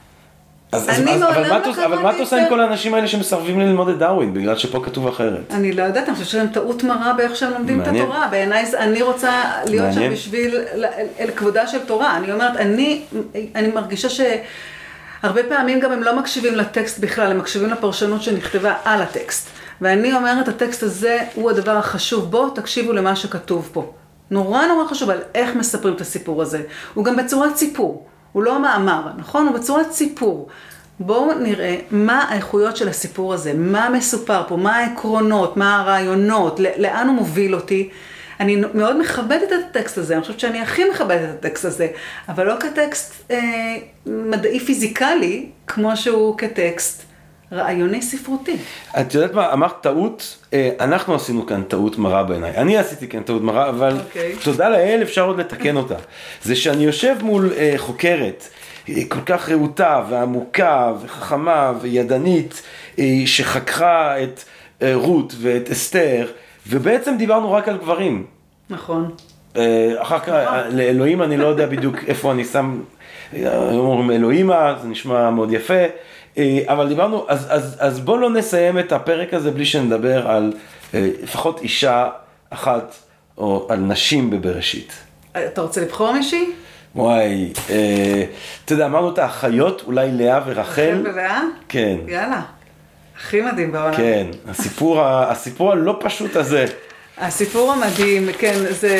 אבל מה את עושה עם כל האנשים האלה שמסרבים ללמוד את דרווין, בגלל שפה כתוב אחרת? אני לא יודעת, אני חושבת שהם טעות מרה באיך שהם לומדים את התורה. בעיניי אני רוצה להיות שם בשביל כבודה של תורה. אני אומרת, אני מרגישה הרבה פעמים גם הם לא מקשיבים לטקסט בכלל, הם מקשיבים לפרשנות שנכתבה על הטקסט. ואני אומרת, הטקסט הזה הוא הדבר החשוב, בואו תקשיבו למה שכתוב פה. נורא חשוב על איך מספרים את הסיפור הזה. הוא גם בצורת סיפור, הוא לא מאמר, נכון? הוא בצורת סיפור. בואו נראה מה האיכויות של הסיפור הזה, מה מסופר פה, מה העקרונות, מה הרעיונות, לאן הוא מוביל אותי. אני מאוד מכבדת את הטקסט הזה, אני חושבת שאני הכי מכבדת את הטקסט הזה, אבל לא כטקסט מדעי פיזיקלי, כמו שהוא כטקסט רעיוני ספרותי. את יודעת מה, אמרת טעות, אנחנו עשינו כאן טעות מרה בעיניי. אני עשיתי כאן טעות מרה, אבל תודה לאל אפשר עוד לתקן אותה. זה שאני יושב מול חוקרת, כל כך רעותה ועמוקה וחכמה וידנית, שחקרה את רות ואת אסתר, ובעצם דיברנו רק על גברים. נכון. אחר כך, לאלוהים אני לא יודע בדיוק איפה אני שם, אומרים אלוהימה, זה נשמע מאוד יפה, אבל דיברנו, אז בוא לא נסיים את הפרק הזה בלי שנדבר על לפחות אישה אחת, או על נשים בבראשית. אתה רוצה לבחור מישהי? וואי, אתה יודע, אמרנו את האחיות, אולי לאה ורחל. רחל ולאה? כן. יאללה, הכי מדהים בעולם. כן, הסיפור הלא פשוט הזה. הסיפור המדהים, כן, זה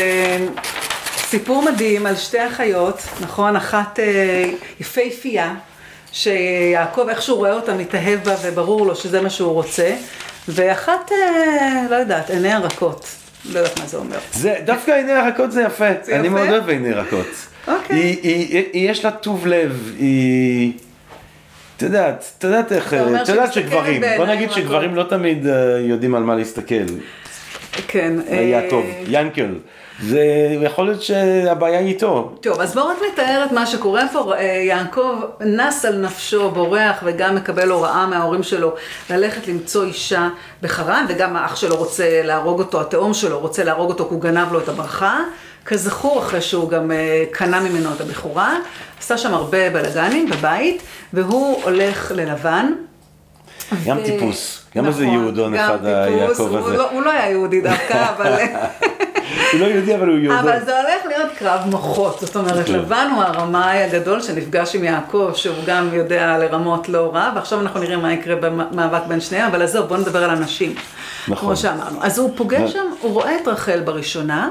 סיפור מדהים על שתי אחיות, נכון? אחת יפהפייה, שיעקב איכשהו רואה אותה מתאהב בה וברור לו שזה מה שהוא רוצה, ואחת, לא יודעת, עיני הרכות. לא יודעת מה זה אומר. דווקא עיני הרכות זה יפה. זה אני יפה? מאוד אוהב עיני רכות. אוקיי. יש לה טוב לב, היא... את יודעת איך, את יודעת שגברים, בוא נגיד שגברים לא תמיד יודעים על מה להסתכל. כן. היה טוב, ינקל. זה יכול להיות שהבעיה היא איתו. טוב, אז בואו רק נתאר את מה שקורה פה. יעקב נס על נפשו, בורח וגם מקבל הוראה מההורים שלו ללכת למצוא אישה בחרן, וגם האח שלו רוצה להרוג אותו, התאום שלו רוצה להרוג אותו, כי הוא גנב לו את הברכה. כזכור, אחרי שהוא גם קנה ממנו את הבחורה, עשה שם הרבה בלגנים בבית, והוא הולך ללבן. גם טיפוס, גם איזה יהודון אחד היעקב הזה. הוא לא היה יהודי דווקא, אבל... הוא לא יהודי, אבל הוא יהודון. אבל זה הולך להיות קרב מוחות, זאת אומרת, לבן הוא הרמאי הגדול שנפגש עם יעקב, שהוא גם יודע לרמות לא רע, ועכשיו אנחנו נראה מה יקרה במאבק בין שניהם, אבל עזוב, בואו נדבר על אנשים, כמו שאמרנו. אז הוא פוגש שם, הוא רואה את רחל בראשונה,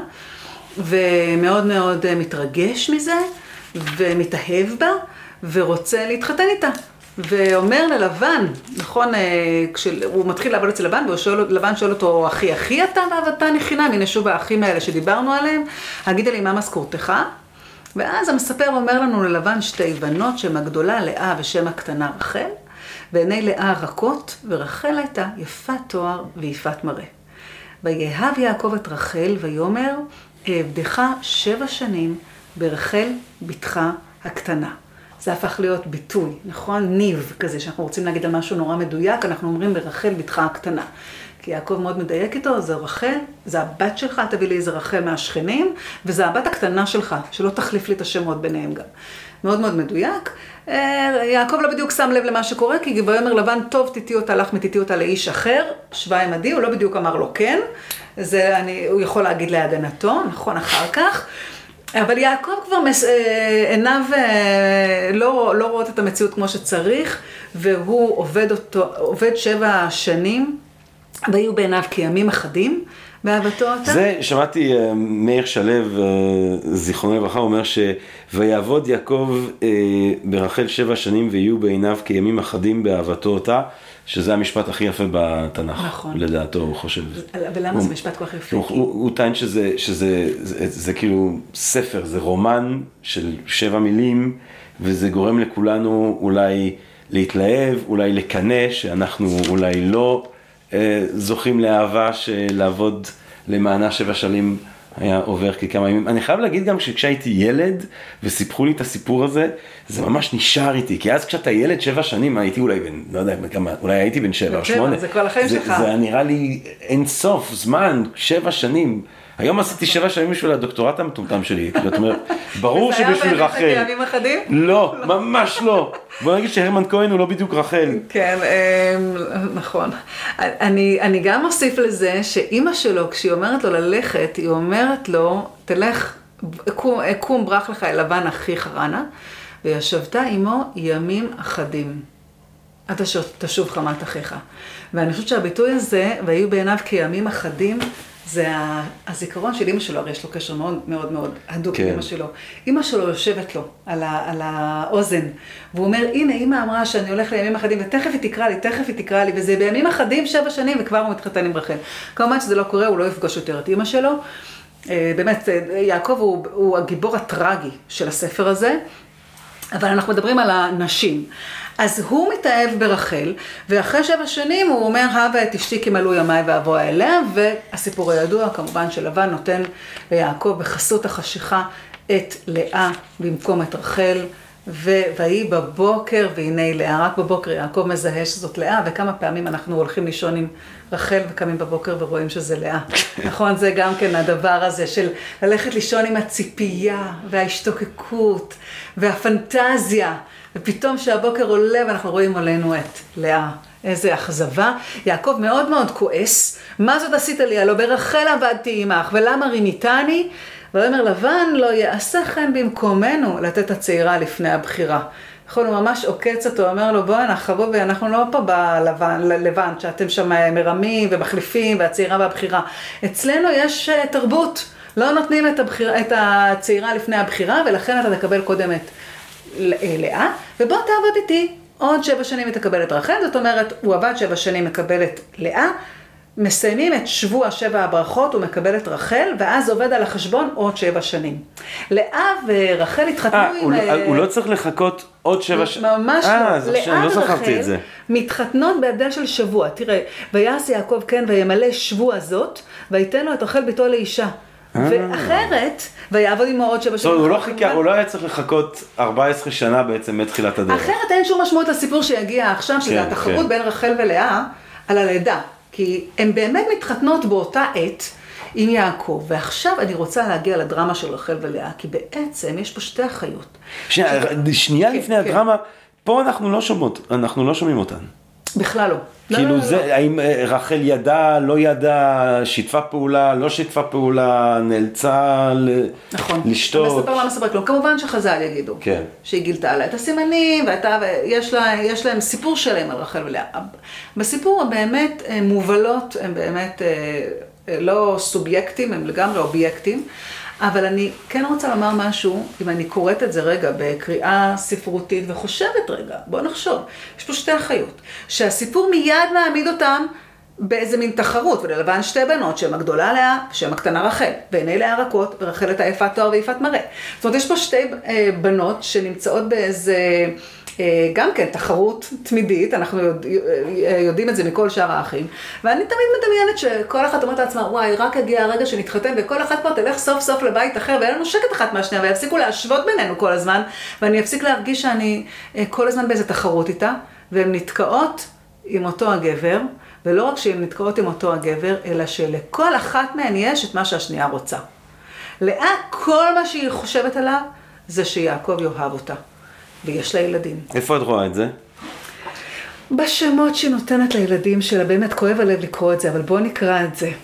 ומאוד מאוד מתרגש מזה, ומתאהב בה, ורוצה להתחתן איתה. ואומר ללבן, נכון, כשהוא מתחיל לעבוד אצל לבן, ולבן שואל אותו, אחי אתה ואהבתני חינם, הנה שוב האחים האלה שדיברנו עליהם, הגידה לי מה משכורתך? ואז המספר אומר לנו ללבן שתי בנות, שם הגדולה לאה ושם הקטנה רחל, ועיני לאה רכות, ורחל הייתה יפת תואר ויפת מראה. ויאהב יעקב את רחל ויאמר, אעבדך 7 שנים ברחל בתך הקטנה. זה הפך להיות ביטוי, נכון? ניב כזה, שאנחנו רוצים להגיד על משהו נורא מדויק, אנחנו אומרים ברחל בתך הקטנה. כי יעקב מאוד מדייק איתו, זה רחל, זה הבת שלך, תביא לי איזה רחל מהשכנים, וזה הבת הקטנה שלך, שלא תחליף לי את השמות ביניהם גם. מאוד מאוד מדויק. יעקב לא בדיוק שם לב למה שקורה, כי ויאמר לבן, טוב, תיתי אותה לך, מתיתי אותה לאיש אחר, שווה עמדי, הוא לא בדיוק אמר לו כן, הוא יכול להגיד להגנתו, נכון, אחר כך. אבל יעקב כבר עיניו לא רואות את המציאות כמו שצריך, והוא עובד 7 שנים, והיו בעיניו כימים אחדים, באהבתו אותה. זה, שמעתי מאיר שלו, זיכרונו לברכה, אומר ויעבוד יעקב ברחל 7 שנים, ויהיו בעיניו כימים אחדים באהבתו אותה, שזה המשפט הכי יפה בתנ"ך, נכון. לדעתו, הוא חושב. ולמה זה משפט כל כך יפה? הוא טען שזה כאילו ספר, זה רומן של 7 מילים, וזה גורם לכולנו אולי להתלהב, אולי לקנא, שאנחנו אולי לא זוכים לאהבה, שלעבוד למענה 7 שנים היה עובר ככמה ימים. אני חייב להגיד גם שכשהייתי ילד וסיפרו לי את הסיפור הזה, זה ממש נשאר איתי, כי אז כשאתה ילד 7 שנים, הייתי אולי בן, לא יודע כמה, אולי הייתי בן 7 או 8. זה כל החיים שלך. זה נראה לי אין סוף, זמן, 7 שנים. היום עשיתי 7 שנים בשביל הדוקטורט המטומטם שלי, זאת אומרת, ברור שבשביל רחל. זה היה באמת כימים אחדים? לא, ממש לא. בוא נגיד שהרמן כהן הוא לא בדיוק רחל. כן, נכון. אני גם אוסיף לזה שאימא שלו, כשהיא אומרת לו ללכת, היא אומרת לו, תלך, קום ברח לך אל לבן אחי חרנה, וישבת עמו ימים אחדים. אתה תשוב חמת אחיך. ואני חושבת שהביטוי הזה, והיו בעיניו כימים אחדים, זה הזיכרון של אמא שלו, הרי יש לו קשר מאוד מאוד מאוד הדוק עם אמא שלו. אמא שלו יושבת לו על האוזן, והוא אומר, הנה, אמא אמרה שאני הולך לימים אחדים, ותכף היא תקרא לי, וזה בימים אחדים 7 שנים, וכבר הוא מתחתן עם רחל. כמובן שזה לא קורה, הוא לא יפגוש יותר את אמא שלו, באמת, יעקב הוא הגיבור הטרגי של הספר הזה, אבל אנחנו מדברים על הנשים. אז הוא מתאהב ברחל, ואחרי 7 שנים הוא אומר, הווה את אשתי כי מלאו ימיי ואבוא אליה, והסיפור הידוע כמובן שלבן נותן ליעקב בחסות החשיכה את לאה במקום את רחל, ויהי בבוקר והנה לאה, רק בבוקר יעקב מזהה שזאת לאה, וכמה פעמים אנחנו הולכים לישון עם רחל וקמים בבוקר ורואים שזה לאה. נכון, זה גם כן הדבר הזה של ללכת לישון עם הציפייה וההשתוקקות והפנטזיה, ופתאום שהבוקר עולה ואנחנו רואים עלינו את לאה. איזה אכזבה. יעקב מאוד מאוד כועס, מה זאת עשית לי? הלא ברחל עבדתי עמך, ולמה רימיתני? ואומר לבן, לא יעשה כן במקומנו לתת הצעירה לפני הבחירה. נכון, הוא ממש עוקץ אותו, אומר לו, בוא חבובי, אנחנו לא פה בלבן, שאתם שם מרמים ומחליפים, והצעירה והבחירה. אצלנו יש תרבות, לא נותנים את הצעירה לפני הבחירה, ולכן אתה תקבל קודם את לאה, ובוא תעבוד איתי. עוד 7 שנים היא תקבל את רחל, זאת אומרת, הוא עבד 7 שנים מקבל את לאה, מסיימים את שבוע 7 הברכות, הוא מקבל את רחל, ואז עובד על החשבון עוד 7 שנים. לאה ורחל התחתנו עם... הוא לא צריך לחכות עוד 7 שנים. ממש לא. לאה ורחל מתחתנות בהבדל של שבוע. תראה, ויעש יעקב כן וימלא שבוע זאת, ויתן לו את רחל ביתו לאישה. ואחרת, ויעבוד עמו עוד 7 שנים. הוא לא היה צריך לחכות 14 שנה בעצם מתחילת הדרך. אחרת אין שום משמעות לסיפור שיגיע עכשיו, שזה התחרות בין רחל ולאה על הלידה. כי הן באמת מתחתנות באותה עת עם יעקב, ועכשיו אני רוצה להגיע לדרמה של רחל ולאה, כי בעצם יש פה 2 אחיות. שנייה לפני הדרמה, פה אנחנו לא שומעים אותן. בכלל לא. כאילו זה, האם רחל ידעה, לא ידעה, שיתפה פעולה, לא שיתפה פעולה, נאלצה לשתות. לא מספר כלום. כמובן שחז"ל יגידו, שהיא גילתה לה את הסימנים, ויש להם סיפור שלם על רחל ולאה. בסיפור הם באמת מובלות, הם באמת לא סובייקטים, הם לגמרי אובייקטים, אבל אני כן רוצה לומר משהו, אם אני קוראת את זה רגע בקריאה ספרותית וחושבת רגע, בוא נחשוב, יש פה 2 אחיות, שהסיפור מיד מעמיד אותם באיזה מין תחרות, וללבן 2 בנות, שהן הגדולה לאה, שהן הקטנה רחל, ועיני לאה רכות, ורחל את היפת תואר ויפת מראה. זאת אומרת, יש פה 2 בנות שנמצאות באיזה... גם כן תחרות תמידית, אנחנו יודעים את זה מכל שאר האחים, ואני תמיד מדמיינת שכל אחת אומרת לעצמה, וואי, רק הגיע הרגע שנתחתן, וכל אחת פה תלך סוף סוף לבית אחר, ואין לנו שקט אחת מהשנייה, ויפסיקו להשוות בינינו כל הזמן, ואני אפסיק להרגיש שאני כל הזמן באיזה תחרות איתה, והן נתקעות עם אותו הגבר, ולא רק שהן נתקעות עם אותו הגבר, אלא שלכל אחת מהן יש את מה שהשנייה רוצה. לאה, כל מה שהיא חושבת עליו, זה שיעקב יאהב אותה. ויש לה ילדים. איפה את רואה את זה? בשמות שהיא נותנת לילדים שלה, באמת כואב הלב לקרוא את זה, אבל בואו נקרא את זה.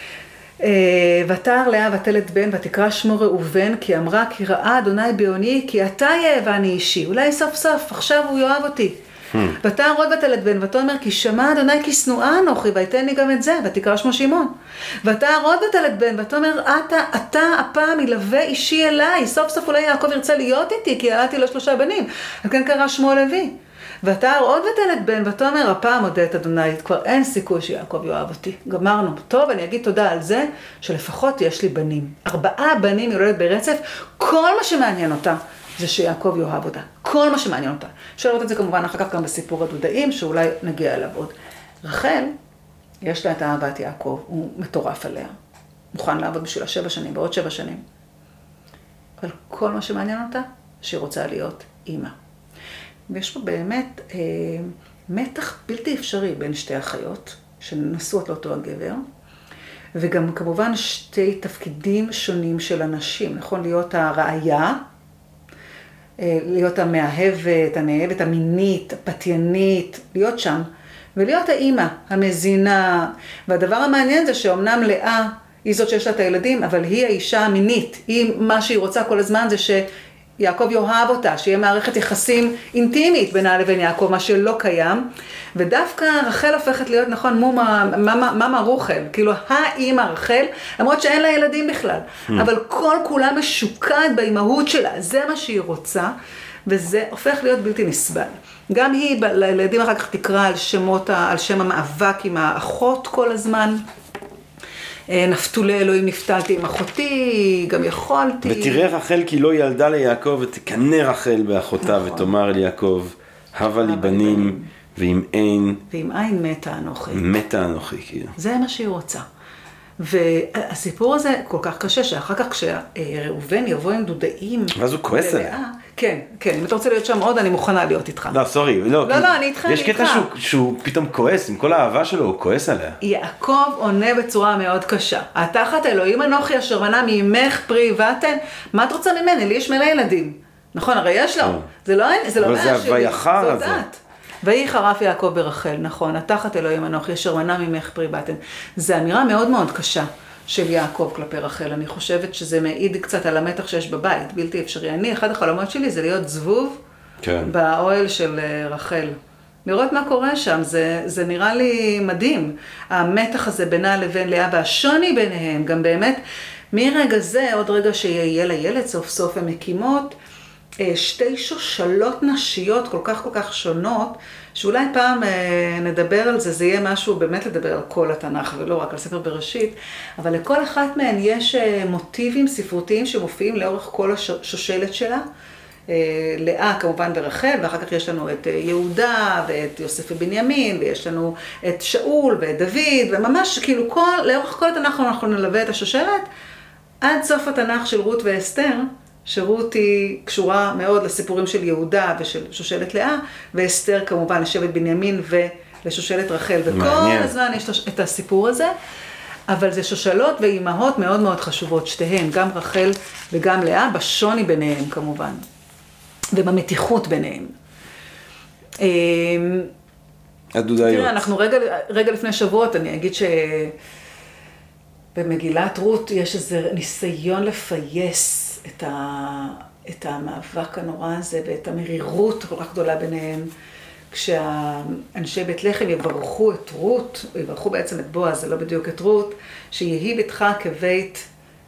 ותער לאה ותלת בן, ותקרא שמו ראובן, כי אמרה, כי ראה אדוני בעוני, כי אתה יאהבני אישי. אולי סוף סוף, עכשיו הוא יאהב אותי. ותער עוד ותלת בן, ותאמר, כי שמע אדוני כי שנואה אנוכי, ויתן לי גם את זה, ותקרא שמו שמעון. ותער עוד ותלת בן, ותאמר, אתה הפעם ילווה אישי אליי, סוף סוף אולי יעקב ירצה להיות איתי, כי ילדתי לו 3 בנים. וכן קרא שמו לוי. ותער עוד ותלת בן, ותאמר, הפעם הודה את אדוני, כבר אין סיכוי שיעקב יאהב אותי. גמרנו. טוב, אני אגיד תודה על זה, שלפחות יש לי בנים. 4 בנים יולדת ברצף, כל מה שמעניין אותה. זה שיעקב יאהב אותה. כל מה שמעניין אותה. אפשר לראות את זה כמובן אחר כך גם בסיפור הדודאים, שאולי נגיע אליו עוד. רחל, יש לה את אהבת יעקב, הוא מטורף עליה. מוכן לעבוד בשבילה 7 שנים, בעוד 7 שנים. אבל כל מה שמעניין אותה, שהיא רוצה להיות אימא. ויש פה באמת מתח בלתי אפשרי בין 2 אחיות, שנשואות לאותו הגבר, וגם כמובן 2 תפקידים שונים של אנשים, נכון? להיות הרעיה, להיות המאהבת, הנאהבת, המינית, הפתיינית, להיות שם, ולהיות האימא, המזינה. והדבר המעניין זה שאומנם לאה היא זאת שיש לה את הילדים, אבל היא האישה המינית. היא, מה שהיא רוצה כל הזמן זה שיעקב יאהב אותה, שיהיה מערכת יחסים אינטימית בינה לבין יעקב, מה שלא קיים. ודווקא רחל הופכת להיות, נכון, מאמה רוחל, כאילו האימא רחל, למרות שאין לה ילדים בכלל, אבל כל כולה משוקעת באימהות שלה, זה מה שהיא רוצה, וזה הופך להיות בלתי נסבל. גם היא, לילדים אחר כך תקרא על שם המאבק עם האחות כל הזמן, נפתולי אלוהים נפתלתי עם אחותי, גם יכולתי. ותראה רחל כי לא ילדה ליעקב, ותקנא רחל באחותה, נכון. ותאמר אל יעקב, הבה לי בנים, ואם אין מתה אנוכי. מתה אנוכי, כאילו. זה מה שהיא רוצה. והסיפור הזה כל כך קשה, שאחר כך כשראובן יבוא עם דודאים... ואז הוא כועס עליה. כן, אם אתה רוצה להיות שם עוד, אני מוכנה להיות איתך. לא, סורי, לא, אני איתך, יש קטע שהוא פתאום כועס, עם כל האהבה שלו, הוא כועס עליה. יעקב עונה בצורה מאוד קשה. התחת אלוהים אנוכי אשר מנע ממך פרי ובטן, מה את רוצה ממני? לי יש מלא ילדים. נכון, הרי יש לו. זה לא בעיה שלי. אבל זה הוויחר הזה. ויהי חרף יעקב ברחל, נכון, התחת אלוהים אנוכי אשר מנע ממך פרי בטן. זו אמירה מאוד מאוד קשה של יעקב כלפי רחל. אני חושבת שזה מעיד קצת על המתח שיש בבית, בלתי אפשרי. אחד החלומות שלי זה להיות זבוב באוהל של רחל. לראות מה קורה שם, זה נראה לי מדהים. המתח הזה בינה לבין לאה והשוני ביניהם, גם באמת מרגע זה, עוד רגע שיהיה לילד, סוף סוף הן מקימות, שתי שושלות נשיות כל כך שונות, שאולי פעם נדבר על זה, זה יהיה משהו באמת לדבר על כל התנ"ך ולא רק על ספר בראשית, אבל לכל אחת מהן יש מוטיבים ספרותיים שמופיעים לאורך כל השושלת שלה. לאה כמובן ורחל, ואחר כך יש לנו את יהודה ואת יוסף ובנימין, ויש לנו את שאול ואת דוד, וממש כאילו לאורך כל התנ"ך אנחנו נלווה את השושלת, עד סוף התנ"ך של רות ואסתר, שרות היא קשורה מאוד לסיפורים של יהודה ושל שושלת לאה, ואסתר כמובן לשבט בנימין ולשושלת רחל, וכל הזמן יש את הסיפור הזה, אבל זה שושלות ואימהות מאוד מאוד חשובות, שתיהן, גם רחל וגם לאה, בשוני ביניהם כמובן, ובמתיחות ביניהם. הדודאיות. תראה, אנחנו רגע לפני שבועות, אני אגיד שבמגילת רות יש איזה ניסיון לפייס את המאבק הנורא הזה ואת המרירות כל כך גדולה ביניהם, כשאנשי בית לחם יברכו את רות, יברכו בעצם את בועז, זה לא בדיוק את רות, שיהי ביתך כבית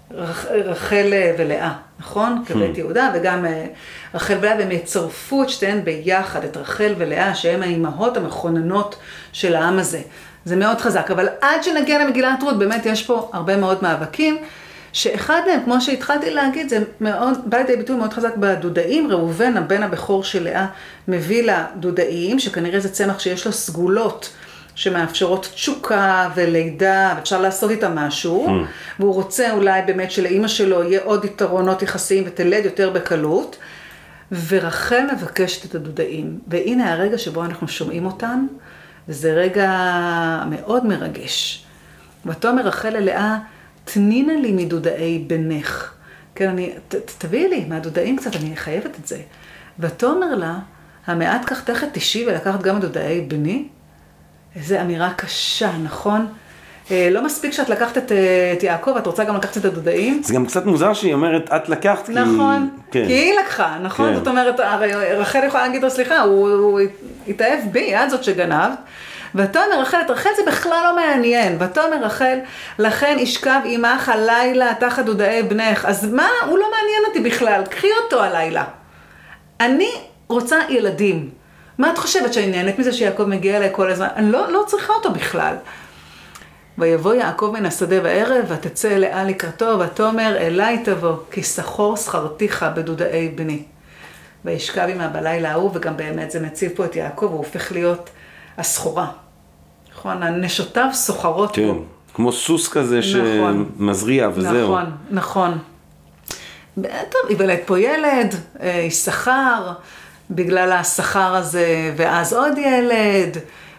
רחל ולאה, נכון? כבית יהודה, וגם רחל ולאה, והם יצרפו את שתיהן ביחד, את רחל ולאה, שהן האימהות המכוננות של העם הזה. זה מאוד חזק, אבל עד שנגיע למגילת רות, באמת יש פה הרבה מאוד מאבקים, שאחד מהם, כמו שהתחלתי להגיד, זה מאוד, בא לידי ביטוי מאוד חזק בדודאים. ראובן, הבן הבכור של לאה, מביא לדודאים, שכנראה זה צמח שיש לו סגולות, שמאפשרות תשוקה ולידה, ואפשר לעשות איתה משהו, והוא רוצה אולי באמת שלאמא שלו יהיה עוד יתרונות יחסיים ותלד יותר בקלות, ורחל מבקשת את הדודאים. והנה הרגע שבו אנחנו שומעים אותם, וזה רגע מאוד מרגש. ותאמר רחל ללאה, תנינה לי מדודאי בנך. כן, תביאי לי מהדודאים קצת, אני חייבת את זה. ותאמר לה, המעט כך תכת תשי ולקחת גם מדודאי בני? איזו אמירה קשה, נכון? לא מספיק שאת לקחת את יעקב, את רוצה גם לקחת את הדודאים? זה גם קצת מוזר שהיא אומרת, את לקחת, נכון, כי היא לקחה, נכון? זאת אומרת, רחל יכולה להגיד לו, סליחה, הוא התאהב בי, את זאת שגנבת. ותאמר רחל, את רחל זה בכלל לא מעניין. ותאמר רחל, לכן ישכב עמך הלילה תחת דודאי בנך. אז מה? הוא לא מעניין אותי בכלל. קחי אותו הלילה. אני רוצה ילדים. מה את חושבת שאני נהנית מזה שיעקב מגיע אליי כל הזמן? אני לא צריכה אותו בכלל. ויבוא יעקב מן השדה בערב, ותצא לאה לקראתו, ותאמר אליי תבוא, כי שכור שכרתיך בדודאי בני. וישכב עמה בלילה ההוא, וגם באמת זה מציב פה את יעקב, הוא הופך להיות הסחורה. נכון, הנשותיו סוחרות כן, בו. כמו סוס כזה שמזריע וזהו. נכון. טוב, יוולד פה ילד, יששכר, בגלל השכר הזה, ואז עוד ילד,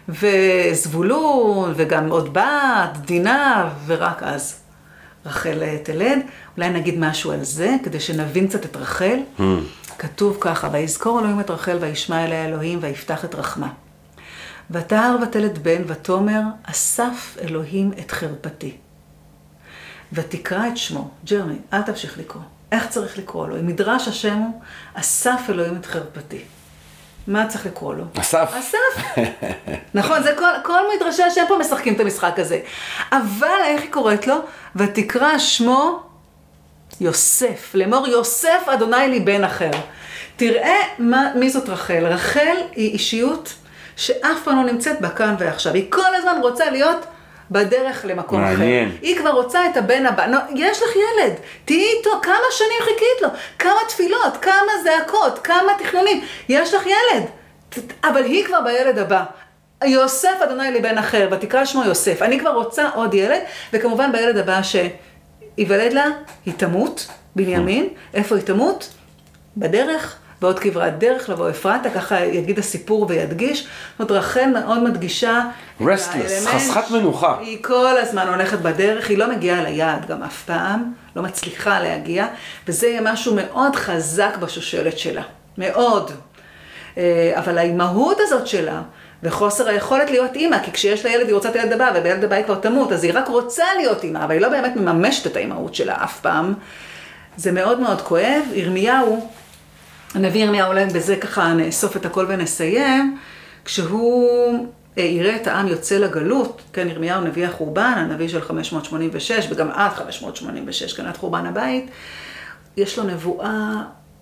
וזבולון, וגם עוד בת, דינה, ורק אז רחל תלד. אולי נגיד משהו על זה, כדי שנבין קצת את רחל. כתוב ככה, ויזכור אלוהים את רחל, וישמע אליה אלוהים, ויפתח את רחמה. ותהר ותלד בן, ותאמר, אסף אלוהים את חרפתי. ותקרא את שמו, ג'רמי, אל תמשיך לקרוא. איך צריך לקרוא לו? אם מדרש השם הוא, אסף אלוהים את חרפתי. מה צריך לקרוא לו? אסף. נכון, זה כל מדרשי השם פה משחקים את המשחק הזה. אבל איך היא קוראת לו? ותקרא שמו יוסף. לאמור, יוסף אדוני לי בן אחר. תראה מי זאת רחל. רחל היא אישיות שאף פעם לא נמצאת בה כאן ועכשיו. היא כל הזמן רוצה להיות בדרך למקום מעניין. אחר. היא כבר רוצה את הבן הבא. לא, יש לך ילד, תהיי איתו, כמה שנים חיכית לו, כמה תפילות, כמה זעקות, כמה תכנונים, יש לך ילד. אבל היא כבר בילד הבא. יוסף אדוני לבן אחר, ותקרא שמו יוסף. אני כבר רוצה עוד ילד, וכמובן בילד הבא שיוולד לה, היא תמות, בנימין. איפה היא תמות? בדרך. ועוד כברת דרך לבוא אפרתה, ככה יגיד הסיפור וידגיש. עוד רחל מאוד מדגישה. רסטלס, חסכת מנוחה. היא כל הזמן הולכת בדרך, היא לא מגיעה ליעד גם אף פעם, לא מצליחה להגיע, וזה יהיה משהו מאוד חזק בשושלת שלה, מאוד. אבל האימהות הזאת שלה, וחוסר היכולת להיות אימא, כי כשיש לה ילד היא רוצה את הילד הבא, ובילד הבא היא כבר תמות, אז היא רק רוצה להיות אימא, אבל היא לא באמת מממשת את האימהות שלה אף פעם. זה מאוד מאוד כואב. ירמיהו, הנביא ירמיהו, אולי בזה ככה נאסוף את הכל ונסיים, כשהוא יראה את העם יוצא לגלות, כן, ירמיהו נביא החורבן, הנביא של 586, וגם עד 586, כן, עד חורבן הבית, יש לו נבואה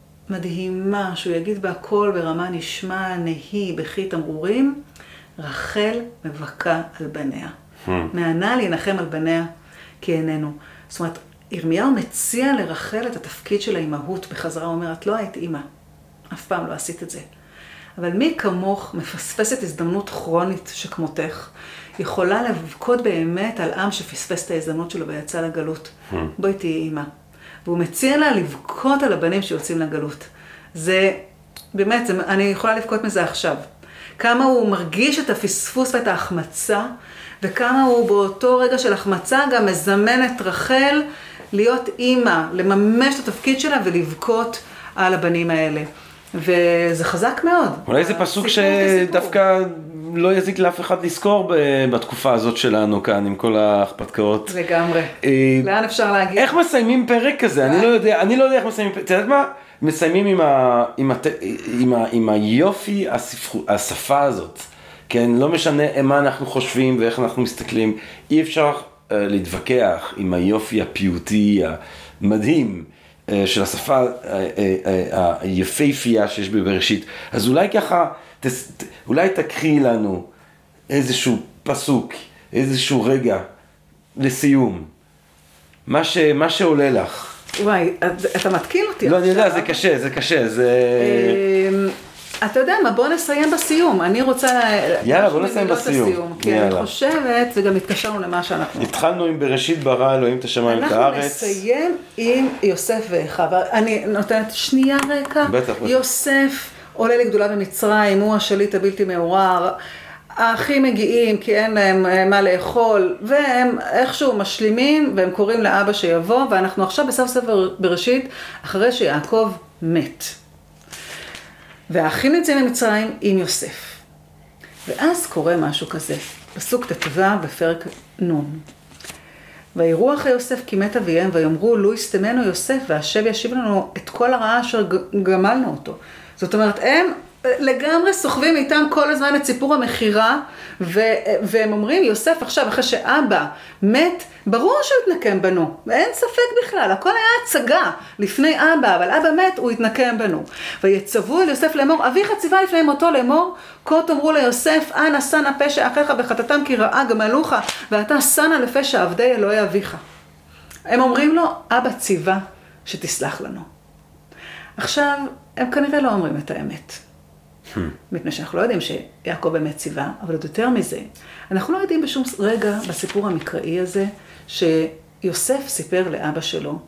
מדהימה, שהוא יגיד בהכל ברמה נשמע, נהי, בכי תמרורים, רחל מבכה על בניה. מענה להנחם על בניה, כי איננו. זאת אומרת, ירמיהו מציע לרחל את התפקיד של האימהות בחזרה, הוא אומר, את לא היית אימא, אף פעם לא עשית את זה. אבל מי כמוך מפספסת הזדמנות כרונית שכמותך, יכולה לבכות באמת על עם שפספס את ההזדמנות שלו ויצא לגלות. בואי תהיי אימא. והוא מציע לה לבכות על הבנים שיוצאים לגלות. זה, באמת, אני יכולה לבכות מזה עכשיו. כמה הוא מרגיש את הפספוס ואת ההחמצה, וכמה הוא באותו רגע של החמצה גם מזמן את רחל להיות אימא, לממש את התפקיד שלה ולבכות על הבנים האלה. וזה חזק מאוד. אולי זה פסוק שדווקא לא יזיק לאף אחד לזכור בתקופה הזאת שלנו כאן, עם כל ההכפתקאות. לגמרי. לאן אפשר להגיד? איך מסיימים פרק כזה? אני לא יודע איך מסיימים פרק. אתה יודעת מה? מסיימים עם היופי השפה הזאת. כן, לא משנה מה אנחנו חושבים ואיך אנחנו מסתכלים. אי אפשר להתווכח עם היופי הפיוטי המדהים של השפה היפהפייה שיש בבראשית. אז אולי ככה, אולי תקחי לנו איזשהו פסוק, איזשהו רגע לסיום. מה שעולה לך. וואי, אתה מתקיל אותי. לא, אני יודע, זה קשה, זה קשה. אתה יודע מה, בוא נסיים בסיום. אני רוצה... יאללה, בוא נסיים בסיום. כי אני חושבת, וגם התקשרנו למה שאנחנו... התחלנו עם בראשית ברא אלוהים את השמיים ואת הארץ. אנחנו נסיים עם יוסף ואחיו. אני נותנת שנייה רקע. בטח. יוסף עולה לגדולה במצרים, הוא השליט הבלתי מעורר. האחים מגיעים כי אין להם מה לאכול, והם איכשהו משלימים, והם קוראים לאבא שיבוא, ואנחנו עכשיו בסוף ספר בראשית, אחרי שיעקב מת. והאחים נמצאים במצרים עם יוסף. ואז קורה משהו כזה, פסוק ט"ו בפרק נ'. ויראו אחרי יוסף כי מת אביהם, ויאמרו לו יסתמנו יוסף, והשב ישיב לנו את כל הרעה אשר גמלנו אותו. זאת אומרת, הם לגמרי סוחבים איתם כל הזמן את סיפור המחירה, והם אומרים, יוסף עכשיו, אחרי שאבא מת, ברור שהוא יתנקם בנו, ואין ספק בכלל, הכל היה הצגה לפני אבא, אבל אבא מת, הוא יתנקם בנו. ויצוו אל יוסף לאמור, אביך ציווה לפני מותו לאמור, כה תאמרו ליוסף, אנא שנא פשע אחיך בחטאתם כי רעה גמלוך, ואתה שנא לפשע עבדי אלוהי אביך. הם אומרים לו, אבא ציווה שתסלח לנו. עכשיו, הם כנראה לא אומרים את האמת. מפני שאנחנו לא יודעים שיעקב באמת ציווה, אבל עוד יותר מזה, אנחנו לא יודעים בשום רגע בסיפור המקראי הזה, שיוסף סיפר לאבא שלו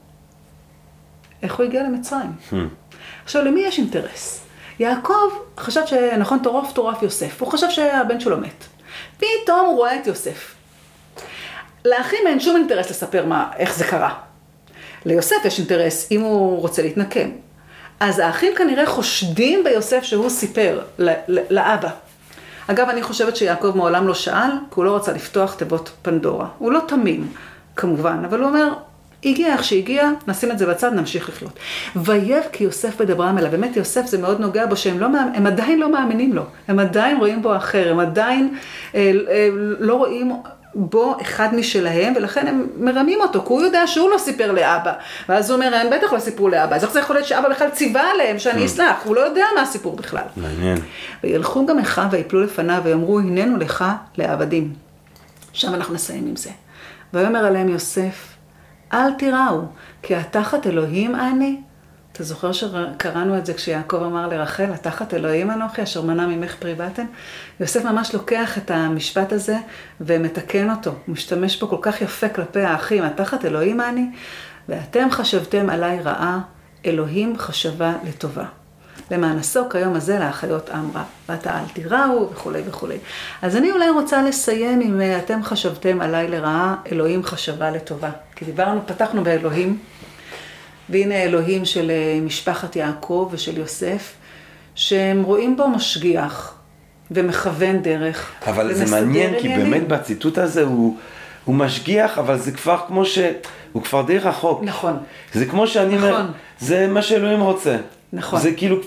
איך הוא הגיע למצרים. עכשיו, למי יש אינטרס? יעקב חשב שנכון טורף יוסף, הוא חשב שהבן שלו מת. פתאום הוא רואה את יוסף. לאחים אין שום אינטרס לספר איך זה קרה. ליוסף יש אינטרס אם הוא רוצה להתנקם. אז האחים כנראה חושדים ביוסף שהוא סיפר לאבא. אגב, אני חושבת שיעקב מעולם לא שאל, כי הוא לא רצה לפתוח תיבות פנדורה. הוא לא תמים, כמובן, אבל הוא אומר, הגיע איך שהגיע, נשים את זה בצד, נמשיך לחיות. ויב כי יוסף בדברם אליו. באמת יוסף זה מאוד נוגע בו, הם עדיין לא מאמינים לו. הם עדיין רואים בו אחר, הם עדיין לא רואים בו אחד משלהם, ולכן הם מרמים אותו, כי הוא יודע שהוא לא סיפר לאבא. ואז הוא אומר, הם בטח לא סיפרו לאבא. אז איך זה יכול להיות שאבא בכלל ציווה עליהם שאני אסלח? הוא לא יודע מה הסיפור בכלל. מעניין. וילכו גם אחיו ויפלו לפניו ויאמרו, הננו לך לעבדים. עכשיו אנחנו נסיים עם זה. ויאמר עליהם יוסף, אל תיראו, כי התחת אלוהים אני. אתה זוכר שקראנו את זה כשיעקב אמר לרחל, התחת אלוהים אנוכי, אשר מנע ממך פרי בטן? יוסף ממש לוקח את המשפט הזה ומתקן אותו. הוא משתמש פה כל כך יפה כלפי האחים, התחת אלוהים אני, ואתם חשבתם עליי רעה, אלוהים חשבה לטובה. למען עסוק היום הזה לאחיות אמרה, ואתה אל תיראו וכו' וכו'. אז אני אולי רוצה לסיים אם אתם חשבתם עליי לרעה, אלוהים חשבה לטובה. כי פתחנו באלוהים, והנה אלוהים של משפחת יעקב ושל יוסף, שהם רואים בו משגיח ומכוון דרך. אבל זה מעניין, כי באמת בציטוט הזה הוא משגיח, אבל זה כבר כמו הוא כבר די רחוק. נכון. זה כמו שאני אומר, זה מה שאלוהים רוצה. נכון. זה כאילו,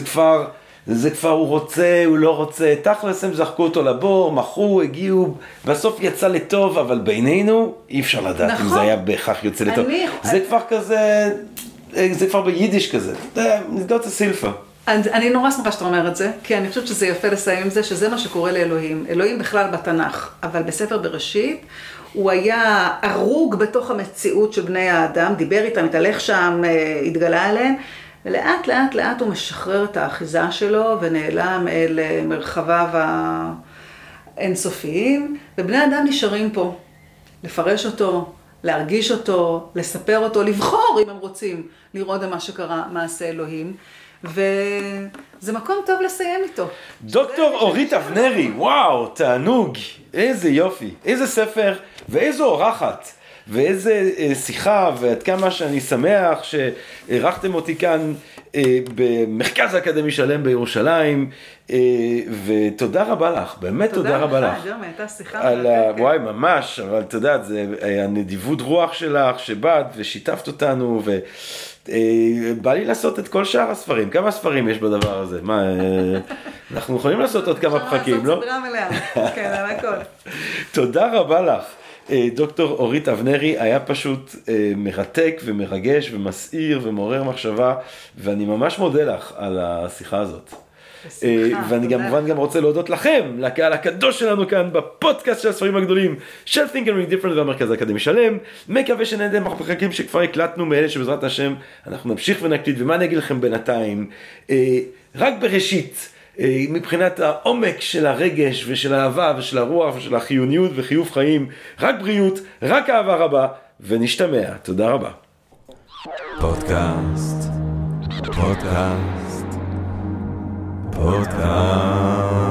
זה כבר הוא רוצה, הוא לא רוצה, תכלס הם זרקו אותו לבור, מחו, הגיעו, בסוף יצא לטוב, אבל בינינו אי אפשר לדעת נכון. אם זה היה בהכרח יוצא לטוב. זה כבר כזה, זה כבר ביידיש כזה, נסגור את הסילפה. אני נורא שמחה שאתה אומר את זה, כי אני חושבת שזה יפה לסיים עם זה, שזה מה שקורה לאלוהים. אלוהים בכלל בתנ"ך, אבל בספר בראשית, הוא היה הרוג בתוך המציאות של בני האדם, דיבר איתם, התהלך שם, התגלה עליהם, ולאט לאט לאט הוא משחרר את האחיזה שלו ונעלם אל מרחביו האינסופיים, ובני האדם נשארים פה, לפרש אותו, להרגיש אותו, לספר אותו, לבחור אם הם רוצים לראות במה שקרה מעשה אלוהים, וזה מקום טוב לסיים איתו. דוקטור אורית אבנרי, וואו, תענוג, איזה יופי, איזה ספר ואיזו אורחת. ואיזה שיחה, ועד כמה שאני שמח שערכתם אותי כאן במרכז האקדמי שלם בירושלים, ותודה רבה לך, באמת תודה רבה לך. תודה רבה, הייתה שיחה. וואי, ממש, אבל אתה יודע, זה הנדיבות רוח שלך שבאת ושיתפת אותנו, ובא לי לעשות את כל שאר הספרים. כמה ספרים יש בדבר הזה? מה, אנחנו יכולים לעשות עוד כמה פרקים, לא? לעשות סדרה מלאה, כן, על הכל. תודה רבה לך. דוקטור אורית אבנרי, היה פשוט מרתק ומרגש ומסעיר ומעורר מחשבה, ואני ממש מודה לך על השיחה הזאת. ואני כמובן גם רוצה להודות לכם, לקהל הקדוש שלנו כאן בפודקאסט של הספרים הגדולים של Think and Read Different והמרכז האקדמי שלם. מקווה שנהנתם מהפרקים שכבר הקלטנו מאלה שבעזרת השם אנחנו נמשיך ונקליט. ומה אני אגיד לכם בינתיים, רק בראשית, מבחינת העומק של הרגש ושל האהבה ושל הרוח ושל החיוניות וחיוב חיים, רק בריאות, רק אהבה רבה, ונשתמע. תודה רבה. פודקאסט